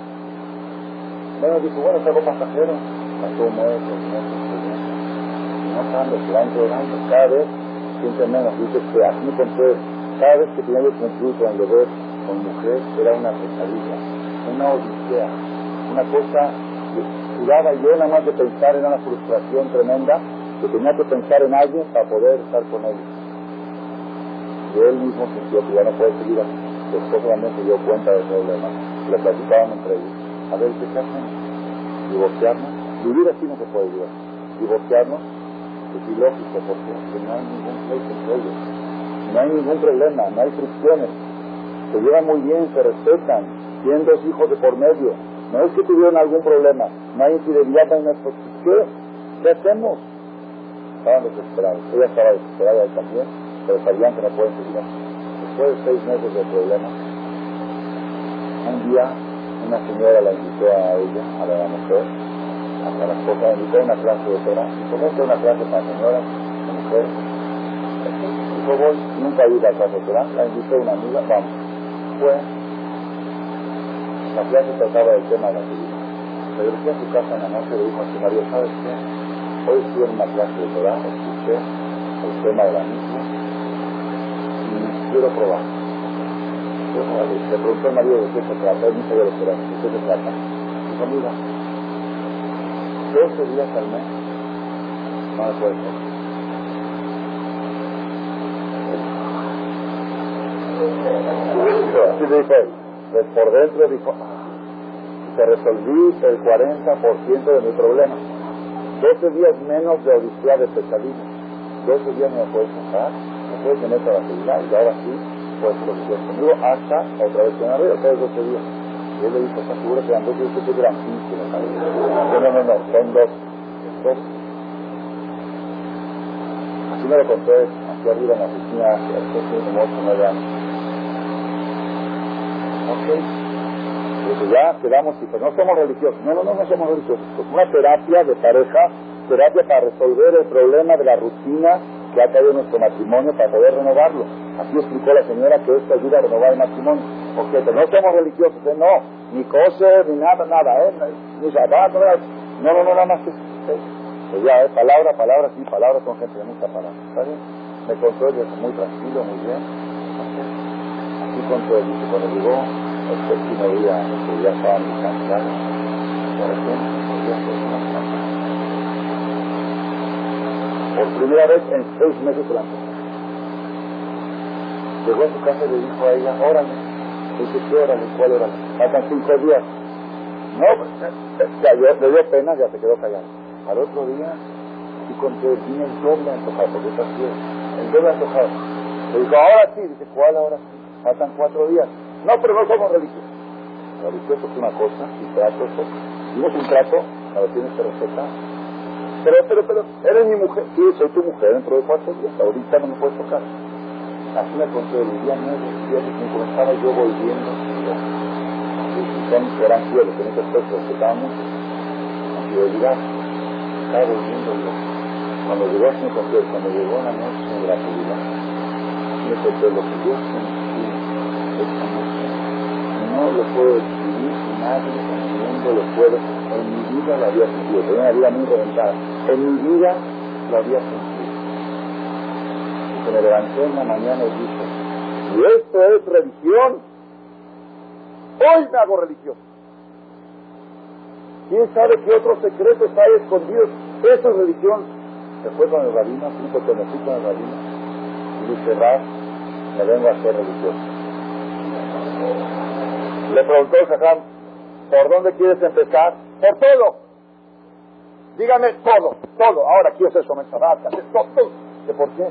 Bueno, dije, bueno, es algo pasajero. Pasó un mes, dos meses, tres meses. Y no cambia, se va empeorando. Cada vez siente menos. Dice que así me encontré. Cada vez que tenía que cumplir con el deber con mujer, era una pesadilla, una odisea, una cosa que tiraba yo nada más de pensar en una frustración tremenda, que tenía que pensar en alguien para poder estar con él. Y él mismo sintió que ya no puede seguir así. Después también se dio cuenta del problema. Le platicaban entre ellos. A ver, ¿qué hacen? Divorciarnos. Vivir así no se puede vivir. Divorciarnos es ilógico porque no hay ningún pleito entre ellos. No hay ningún problema, no hay fricciones. Se llevan muy bien, se respetan. Tienen dos hijos de por medio. No es que tuvieron algún problema. No hay infidelidad, no hay nada. ¿Qué? ¿Qué hacemos? Estaban desesperados. Ella estaba desesperada, él también, pero sabían que no pueden seguir así. Después de seis meses de problemas, un día una señora la invitó a ella, a la mujer, a la esposa, la invitó a una clase de Torah. ¿Por qué una clase para señoras, para mujeres? Dijo, voy, nunca he ido a la clase de Torah, la invitó una amiga, vamos. Fue, la clase trataba del tema de la vida. Regresé a su casa en la noche y le dijo a su marido, ¿sabes qué? Hoy estuve en una clase de Torah, escuché el tema de la misma y quiero probar. Le preguntó al marido de qué se trata, él no sabía lo que era, de qué se trata. Dijo, mira, doce días al mes no me puede ser. Así le dijo él. Pues por dentro dijo, te resolví el cuarenta por ciento de mi problema. doce días menos de odisea de pesadilla. doce días no me puedes pasar, no puedes tener para la actividad y ahora sí puedes hacer lo que quieras conmigo hasta otra vez en arriba, otra vez doce días. Y él le dijo, ¿estás seguro que eran doce días? Que eran quince, ¿no? No, no, no, no, son dos. dos. Así me lo conté aquí arriba en la oficina hace como ocho o nueve años. Ok. Pues ya quedamos y pues no somos religiosos. No, no, no, no somos religiosos. Pues una terapia de pareja, terapia para resolver el problema de la rutina que ha caído en nuestro matrimonio para poder renovarlo. Así explicó la señora que esto ayuda a renovar el matrimonio. Ok, pero no somos religiosos, ¿eh? No, ni kosher, ni nada, nada, ¿eh? Ni Shabbat, no, no, no, nada más que... ¿eh? Pues ya, ¿eh? Palabra, palabra, sí, palabras con gente de mucha palabra. ¿Está bien? Me contó él muy tranquilo, muy bien. Así contó él, dice, cuando llegó el séptimo día, que ya estaba muy cansado, de repente, ya fue una casa. Por primera vez en seis meses se la empezó. Llegó a su casa y le dijo a ella, órale. Dice, ¿qué órale? ¿Cuál órale? Faltan cinco días. No, pues, ya, le dio pena, ya se quedó callado. Al otro día, y conté, vine el doble antojado, porque está así, el doble antojado. Le dijo, ahora sí. Dice, ¿cuál ahora sí? Faltan cuatro días. No, pero no somos religiosos. Religioso es una cosa y trato es otra. Hicimos un trato, a ver, tienes que respetar. Pero, pero, pero, eres mi mujer. Sí, soy tu mujer dentro de cuatro días. Ahorita no me puedes tocar. Así me conté el día nueve, y comenzaba yo volviendo. Y son eran fieles, en ese aspecto respetaba mucho. La fidelidad. Estaba volviendo yo. Cuando llegó así me conté, cuando llegó la noche de la fidelidad, me conté lo que yo sentí esta noche. No lo puedo describir, nadie en el mundo lo puede. En mi vida lo había sentido. Tenía una vida muy reventada. En mi vida lo había sentido. Y me levanté en la mañana y dije, y esto es religión, hoy me hago religioso. ¿Quién sabe qué otros secretos hay escondidos? Eso es religión. Se fue con el rabino, fui porque me fui con el rabino, y dije, Rab, me vengo a ser religioso. Le preguntó el Jajam, ¿por dónde quieres empezar? Por todo. Dígame todo, todo. Ahora quiero hacer Shomer Shabbat, hacer todo, todo. ¿De por qué?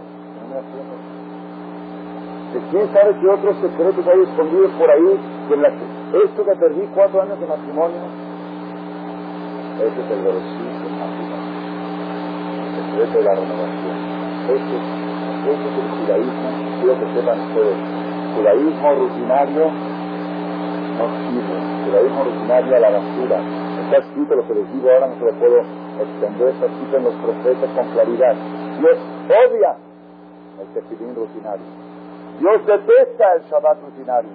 ¿De quién sabe qué otros secretos hay escondidos por ahí? De la que, esto que perdí cuatro años de matrimonio, ese es el versículo del matrimonio, el secreto de la renovación. Ese, ese es el judaísmo, quiero que sepan ustedes. Judaísmo rutinario no sirve. Judaísmo rutinario a la basura. Está escrito lo que les digo ahora, no se lo puedo extender, está escrito en los profetas con claridad. Dios odia el tefilín rutinario. Dios detesta el Shabbat rutinario.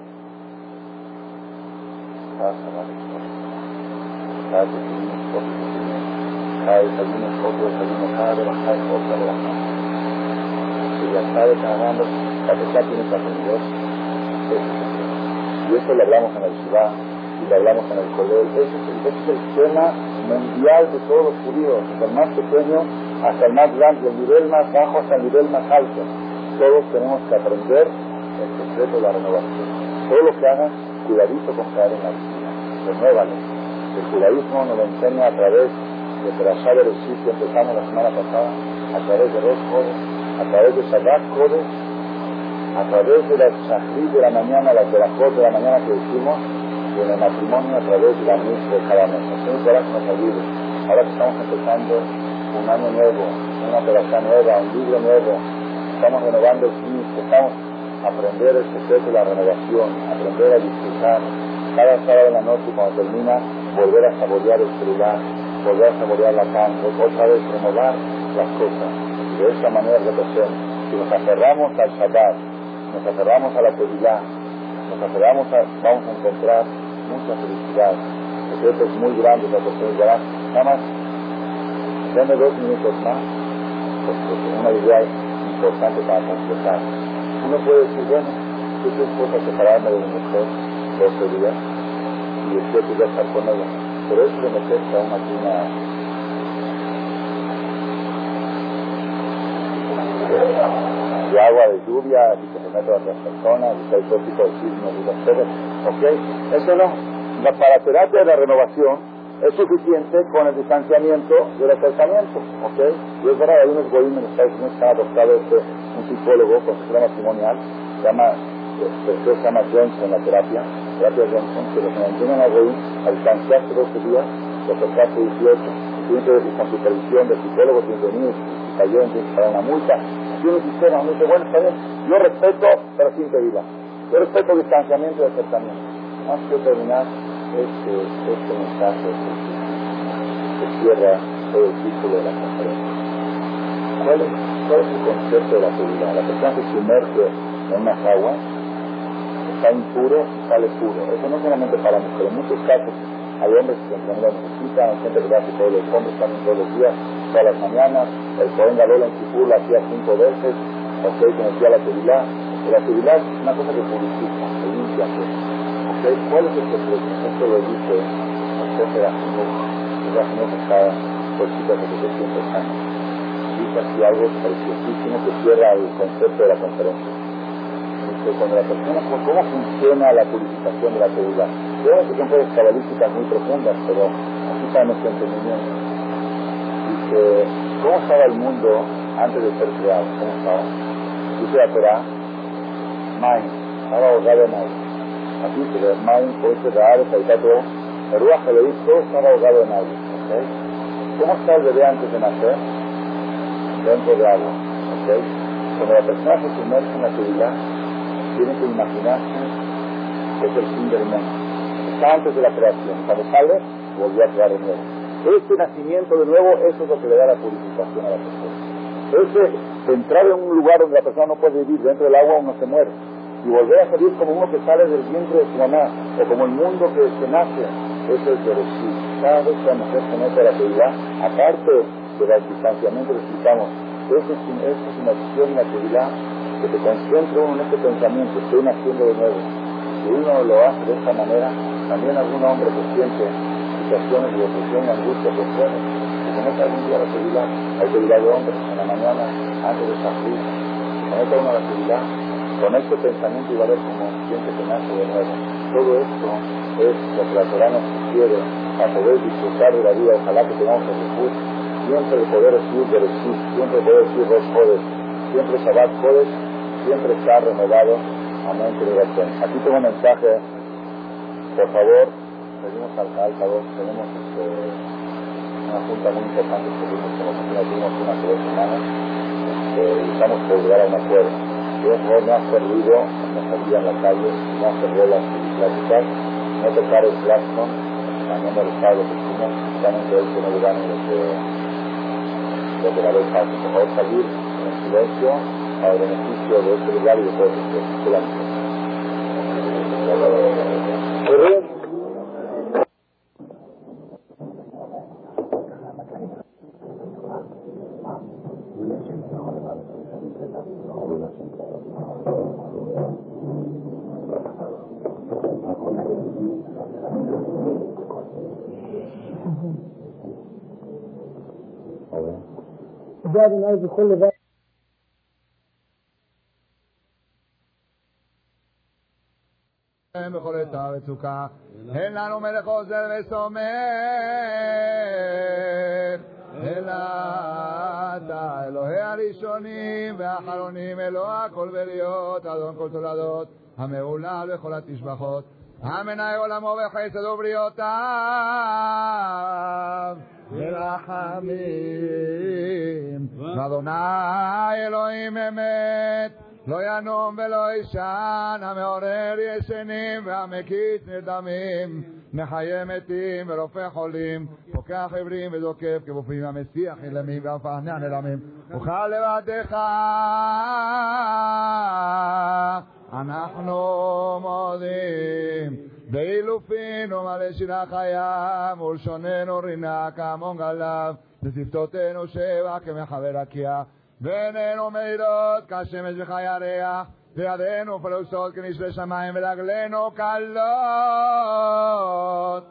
Cada Shabbat es otro. Cada tefilín es otro tefilín. Cada desayuno es otro desayuno. Cada rebajada es otra rebajada. Si ya está desayunando, la pesca tiene que aprender. Y eso lo hablamos en el Shivá, y lo hablamos en el Kolel. Ese es el, ese es el tema mundial de todos los judíos, desde el más pequeño hasta el más grande, el nivel más bajo hasta el nivel más alto. Todos tenemos que aprender el secreto de la renovación. Todo lo que hagas, cuidadito con caer en la rutina. Renuévalo. El judaísmo nos lo enseña a través de Perashá Bereshit que empezamos la semana pasada, a través de Rosh Chodesh, a través de Shabbat Chodesh, a través de la Shahrit de la mañana, las Berajot de la mañana que decimos, y en el matrimonio a través de la misa de cada mes. Entonces ahora que nos ayude, ahora que estamos empezando un año nuevo, una Perashá nueva, un libro nuevo, estamos renovando el fin, estamos a aprender el secreto de la renovación, aprender a disfrutar cada sábado en la noche cuando termina, volver a saborear el celular, volver a saborear la pan, otra vez renovar las cosas. Y de esta manera repetición, si nos aferramos al Shabbat, nos aferramos a la Tevilá, nos aferramos a, vamos a encontrar mucha felicidad. Secretos muy grandes, la cuestión de nada más, denme dos minutos más, porque una idea importante para completar. Uno puede decir, bueno, yo soy esposa separarme de mi mujer doce días y después voy a estar con ella, pero eso de meterse a una tina de agua, de lluvia, y que se mete a otras personas, y que hay todo tipo de chismes y las cosas, ok, eso no. La, para terapia de la renovación es suficiente con el distanciamiento del acercamiento, ok. Y es verdad, hay unos goyim en Estados Unidos que han adoptado este, un psicólogo, consejero matrimonial, se llama, se, se llama Johnson en la terapia, terapia Johnson, que los enseñan a goyim a distanciarse doce días, o acercarse dieciocho, tienen que con supervisión del psicólogo, tienen que venir, si cayó, tienen que pagar una multa, tiene sistema. Uno dice, bueno, está bien, yo respeto, pero sin pedirla. Yo respeto distanciamiento y acercamiento. Más que terminar este, este mensaje que cierra todo el círculo de la conferencia. ¿Cuál es, ¿Cuál es el concepto de la puridad? La persona se sumerge en unas aguas, está impuro y sale puro. Eso no solamente para mujeres, en muchos casos hay hombres que también lo necesitan, hay gente que lo hace todos los hombres también todos los días, todas las mañanas. El Cohen Gadol en Kipur la hacía cinco veces, ok, que decía la tevilá. La tevilá es una cosa que purifica, que limpia, ok. ¿Cuál es el secreto? Esto lo dice el jefe de Ajinú, el Ajinú que está por citas de setecientos años. Dice aquí algo preciosísimo que cierra el concepto de la conferencia. Dice, cuando la persona, ¿cómo funciona la purificación de la tevilá? Yo que son cosas cabalísticas muy profundas, pero así está nuestro entendimiento. Dice, ¿cómo estaba el mundo antes de ser creado? ¿Cómo estaba? Dice la Torah, Main, estaba ahogado en agua. Aquí se ve, Main, Coche, Raar, Saitato, el Ruach Elohim, todo estaba ahogado en agua. ¿Okay? ¿Cómo está el bebé antes de nacer? Dentro de agua. ¿Okay? Cuando la persona se sumerge en la tevilá, tiene que imaginarse que es el fin del mundo. Está antes de la creación. Cuando sale, volvió a crear de nuevo. Este nacimiento de nuevo, eso es lo que le da la purificación a la persona. Ese, de entrar en un lugar donde la persona no puede vivir, dentro del agua uno se muere. Y volver a salir como uno que sale del vientre de su mamá, o como el mundo que, que nace, eso es de decir. Cada vez que la mujer se mete a la tevilá, aparte del distanciamiento que explicamos, eso es, eso es una acción en la tevilá, que te concentra uno en este pensamiento, estoy naciendo de nuevo. Si uno lo hace de esta manera, también algún hombre que siente situaciones de depresión y angustia que puede, que cometa algún día la tevilá, hay tevilá de hombres en la mañana, antes de salir, que cometa uno la tevilá, con este pensamiento y va a ver como siente que nace de nuevo. Todo esto es lo que la Torah nos sugiere a poder disfrutar de la vida. Ojalá que tengamos el refugio, siempre el poder decir de decir, siempre el poder decir dos jodes, siempre Shabbat jodes, siempre está renovado. Amén, que oración. Aquí tengo un mensaje, por favor, pedimos al altavoz, tenemos este, una junta muy importante que tuvimos como oficina, tuvimos una hace dos semanas, este, y estamos por llegar a un acuerdo. Por favor, no hacer ruido, no salir en la calle, no hacer bolas pláticas, no tocar el claxon, también no dejar los vecinos, solamente el que no le ganen lo que, lo que da el paso. Por favor, salir en silencio al beneficio de este lugar y de todos ustedes. بعد ما يجي كل ده בכל עת וצוקה, אין לנו מלך עוזר וסומך, אלא אתה אלוהי הראשונים והאחרונים, אלוה כל בריות, אדון כל תולדות, המהולל בכל התשבחות, המנהל עולמו וחסד ובריאותיו, ורחמים, אדוני אלוהים אמת, לא ינום ולא ישן, המעורר ישנים והמקיץ נרדמים, מחיה מתים ורופא חולים, פוקח עיוורים ודוקף כבופים, המסיח אילמים והמפענע נעלמים, אוכל לבדך אנחנו מודים באילופינו מלא שירה חיה מול שוננו רינה כמון גליו, בשפתותינו שבע כמחבר רקיע, ועינינו מאירות כשמש וחי הירח, וידינו פרוסות כנשרי שמיים, ורגלינו קלות.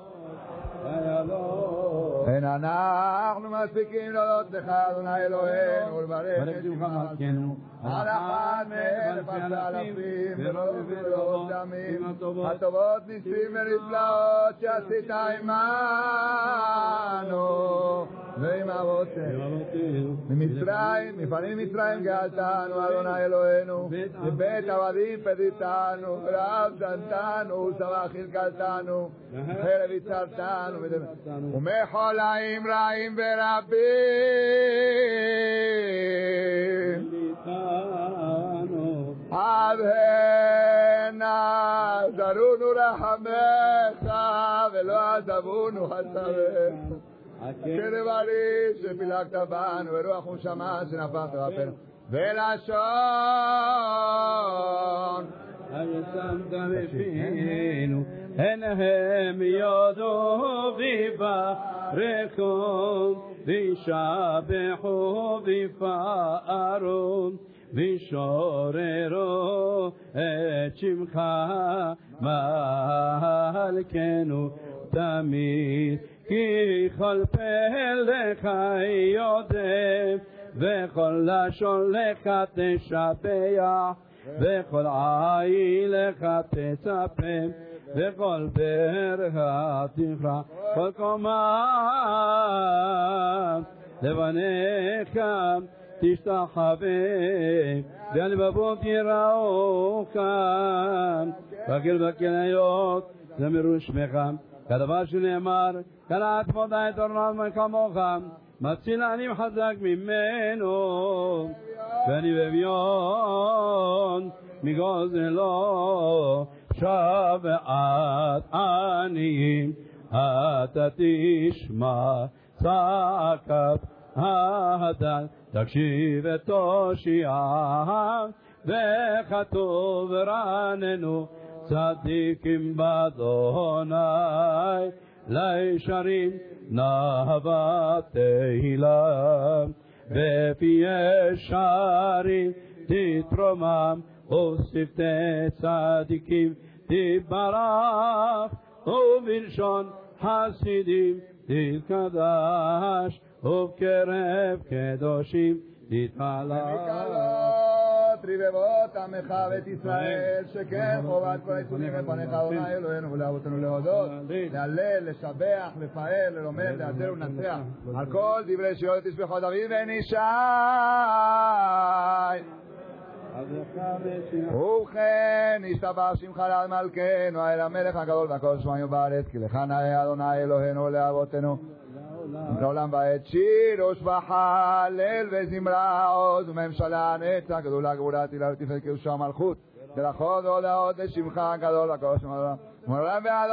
אין אנחנו מספיקים להודות לך אדוני אלוהינו ולברך את שמך מלכנו על אחד מאלף אלפים ולא ולא דמים הטובות ניסים ונפלאות שעשית עמנו ועם אבותינו ממצרים מפנים מצרים גאלתנו אדוני אלוהינו מבית עבדים פדיתנו רעב זנתנו ושבע חלקלתנו חרב יצרתנו ומחולאים רעים ורבים Adhena Zarunu Rahamecha Velo Azavunu Hasavecha Kerevari Shepilakta Banu Veruach Ushama Shenafachta Vapenu Velashon Ayesam Gavifinu Enehem Yodo Viva Rekum Vishabehu Vifarum Vishorero Echimcha Malkenu Tamid Ki Cholpeh Lecha Yodeh Vechol Lashon Lecha Teshabeach Vechol Ayi Lecha Tetzapeh Vechol Bercha Tifra Chol Komah Levanecha תשתחווה והלבבות יראוך בקל בקליות זמרו שמך כדבר שנאמר קראת מודע את אורנם כמוך מציל עניים חזק ממנו ואני בביון מגוזלו שבת עניים אתה תשמע צעקת האדל תקשיב את תושיעה וכתוב רננו צדיקים באדוני לישרים נאוות תהילה בפי ישרים תתרומם ושפתי צדיקים תברך ובלשון חסידים תתקדש ובקרב קדושים תתעלה. מקלות ריבבות עמך בית ישראל שכן חובת כל העיצומים לפניך אדוני אלוהינו ולאבותינו להודות להלל לשבח לפעל ללומד להדר ולנצח על כל דברי שיעור תשבחו דוד בן ישי ובכן השתבח שמך לעד מלכנו האל המלך הגדול והכל שמיים ובארץ כי לך נאה אדוני אלוהינו ולאבותינו לעולם ועד שיר ושבחה ליל וזמרה עוז וממשלה נצח גדולה גבורה תהילה ותפארת קדושה ומלכות ולכות והודעות לשמך הגדול והכל שמיים ומעולם ועד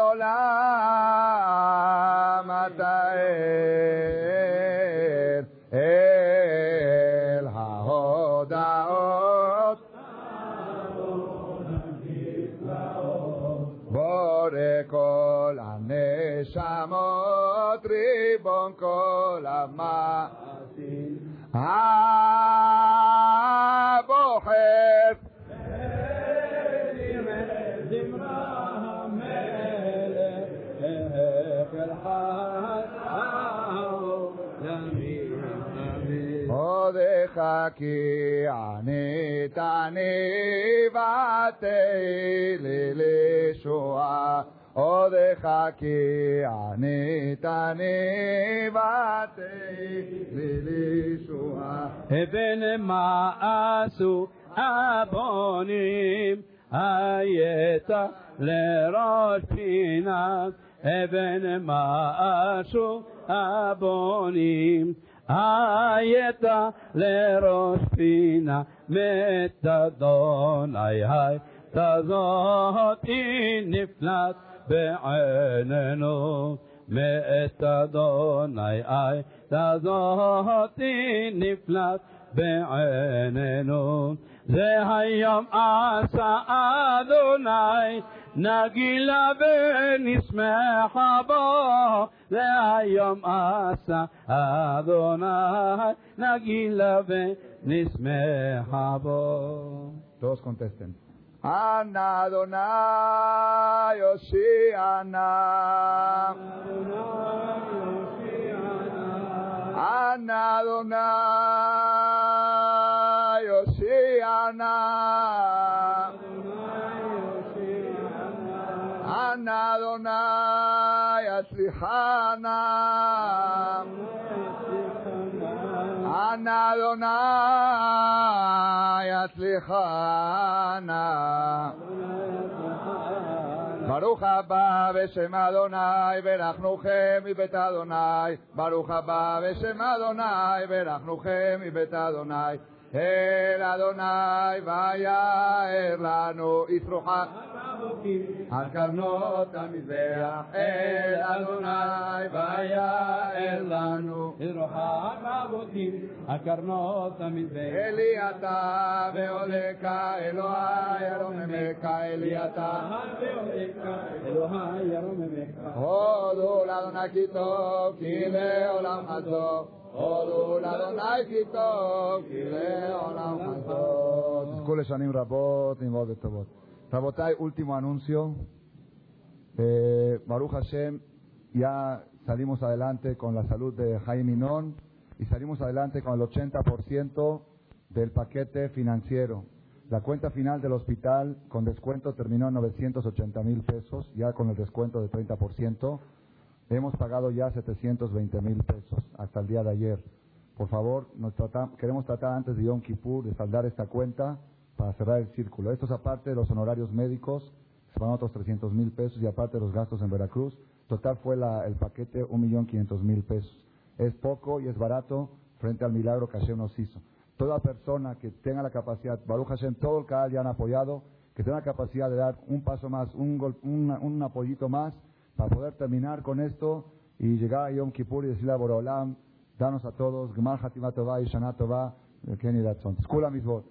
עולם אתה אל אל ההודעות בורא כל הנשמות ריבון כל המעשים הבוחר זמרה המלך אל עודך כי עניתני ותהי לישועה עודך כי עניתני ותהי לישועה אבן מעשו הבונים היית לראש פינה אבן מעשו הבונים היית לראש פינה מת אדוני תזאתי נפלט בעינינו מת אדוני תזאתי נפלט בעינינו זה היום עשה אדוני נגילה ונשמח בו זה היום עשה אדוני נגילה ונשמח בו. todos contesten Ana Adonai Yoshiana Ana Adonai Yoshiana Ana Adonai Atzlichana Ana Adonai Atzlichana Baruch haba b'shem Adonai berachnuchem מבית Adonai Baruch haba b'shem Adonai berachnuchem מבית Adonai El Adonai vaya erlano Isroja al karnot המזבח el Adonai vaya erlano Isroja Rabotim al karnot המזבח Eliata veoleka Elohai aromemeka Eliata Elohai Yaromemeka Hodu l'Adonai kitov ki le'olam hazov Hodu l'Adonai kitov ki le'olam hazov Tizku leshanim rabot nimod betovot. Rabotai, último anuncio. Eh, Baruch Hashem, ya salimos adelante con la salud de Jaime Inón y salimos adelante con el ochenta por ciento del paquete financiero. La cuenta final del hospital con descuento terminó en novecientos ochenta mil pesos, ya con el descuento de treinta por ciento. Hemos pagado ya setecientos veinte mil pesos hasta el día de ayer. Por favor, nos trata, queremos tratar antes de Yom Kippur de saldar esta cuenta para cerrar el círculo. Esto es aparte de los honorarios médicos, se van otros trescientos mil pesos y aparte de los gastos en Veracruz. Total fue la, el paquete un millón quinientos mil pesos. Es poco y es barato frente al milagro que Hashem nos hizo. Toda persona que tenga la capacidad, Baruch Hashem, todo el canal ya han apoyado, que tenga la capacidad de dar un paso más, un, gol, un, un apoyito más, para poder terminar con esto y llegar a Yom Kippur y decirle a Boreolam, danos a todos, Gmar Hatima Tová y Shana Tová, Kenny Datson. Escula mis votos.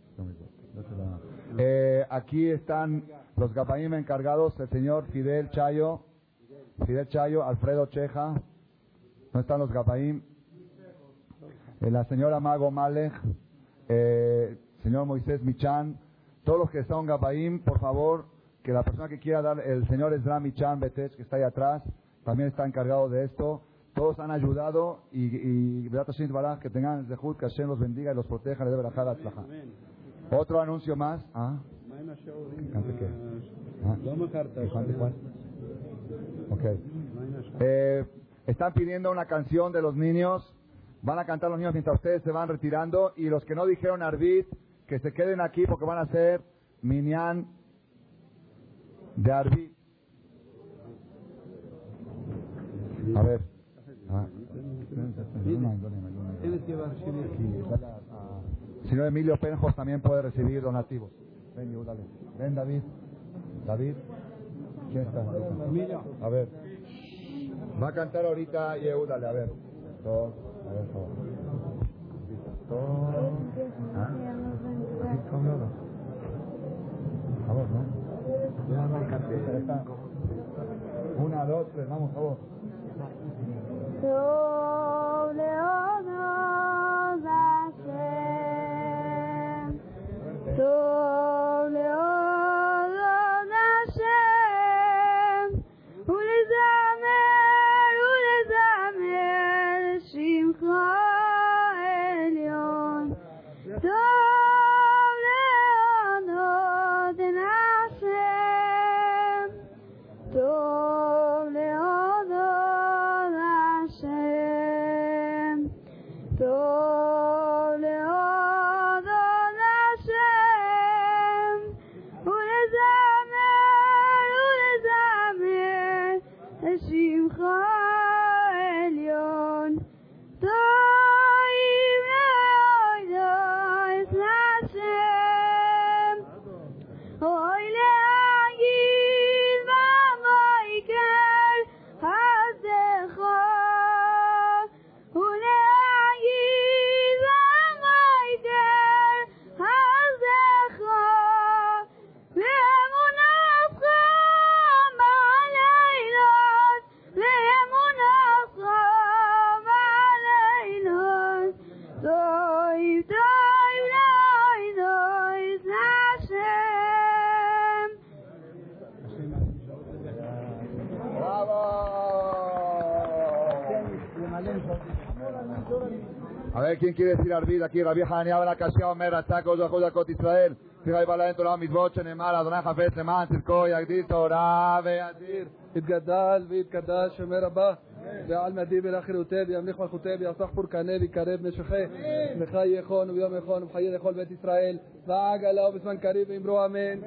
Eh, aquí están los Gabaim encargados, el señor Fidel Chayo, Fidel Chayo, Alfredo Cheja, no están los Gabaim, eh, la señora Mago Malech, eh, señor Moisés Michan, todos los que son Gabaim, por favor, que la persona que quiera dar, el señor Ezra Michan Betech, que está ahí atrás, también está encargado de esto. Todos han ayudado y, y, y que tengan el Zehut, que Hashem los bendiga y los proteja, le dé verajá a Tzlajá. Otro anuncio más. ¿Ah? ¿Cante qué? ¿Ah? ¿Cante cuál? Ok. Eh, están pidiendo una canción de los niños. Van a cantar los niños mientras ustedes se van retirando. Y los que no dijeron Arbit, que se queden aquí porque van a hacer Minyan de Arbit. A ver. Ah. Señor Emilio Penjos también puede recibir donativos. Ven, Yehu, dale. Ven, David. David. ¿Quién está? Emilio. A ver. Va a cantar ahorita Yehu, dale, a ver. Todo. A ver, todo. Todo. ¿Ah? ¿Cómo lo? A ver, ¿no? Ya no canté. Una, dos, tres, vamos, a vos. Tov le'olam Hashem, Tov le'olam Hashem, ulezamer, ulezamer shimcha elyon, Tov le'olam Hashem, Tov le'olam Hashem, Tov le'odon Hashem, ulezamer, ulezamer shimcha elyon, to'im le'odos Hashem, oy le'agid v'moiker hazecha, ולהגיד ומיידר הזך לאמונתך בלילות, לאמונתך בלילות, טוב טוב לעידוס השם. A ver, ¿quién quiere decir Arbit aquí? Rabbi Hanania ben Akashia Omer Atzakos Zachot Zakot Israel Tzricha Yibala En Torah Mitzvot Shenemar Adonai Chafetz Leman Tzidko Yagdil Torah Ve'adir יתגדל ויתקדש שמי רבה ועל מדי בלאחריותי וימליך מלכותי וירצח פורקנה ויקרב נשכי וחי יכון וביום יכון וחיי לכל בית ישראל ועגלה ובזמן קריב ואמרו אמן.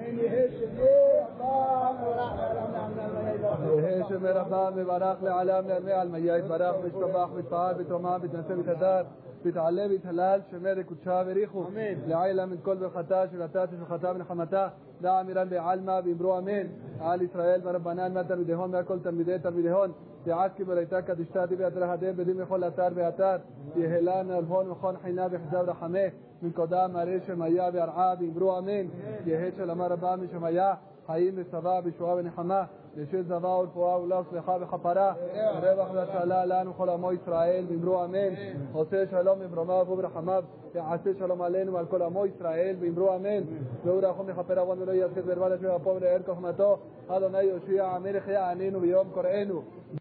יהי שמי רבה מברך לעלם לעלמי עלמיה יתברך וישתבח ויתפאר ויתרומם ויתנשא ויתהדר ויתעלה ויתהלל שמר קודשה וריחו לעילה מן כל ברכתה שבלתה תשבחתה ונחמתה דע אמירן בעלמא ואמרו אמן על ישראל ורבנן מהתלמידיהון והכל תלמידי תלמידיהון דעת כי בראיתה קדישתה דיבי אתר הדם בדים לכל אתר ואתר יהלה נלבון וכל חינה וחזב רחמה מן קודם הרי שמיה והרעה ואמרו אמן יהא שלמה רבה משמיה חיים ושבע בישועה ונחמה לשל זבה ורפואה ולך סליחה וכפרה רווח והצלה לנו כל עמו ישראל ואמרו אמן עושה שלום במרומיו וברחמיו יעשה שלום עלינו ועל כל עמו ישראל ואמרו אמן והוא רחום לכפר עוון ולא יסגד בערווה לשמי אפו ולער כחמתו אדוני יושיע המלך יעננו ביום קוראנו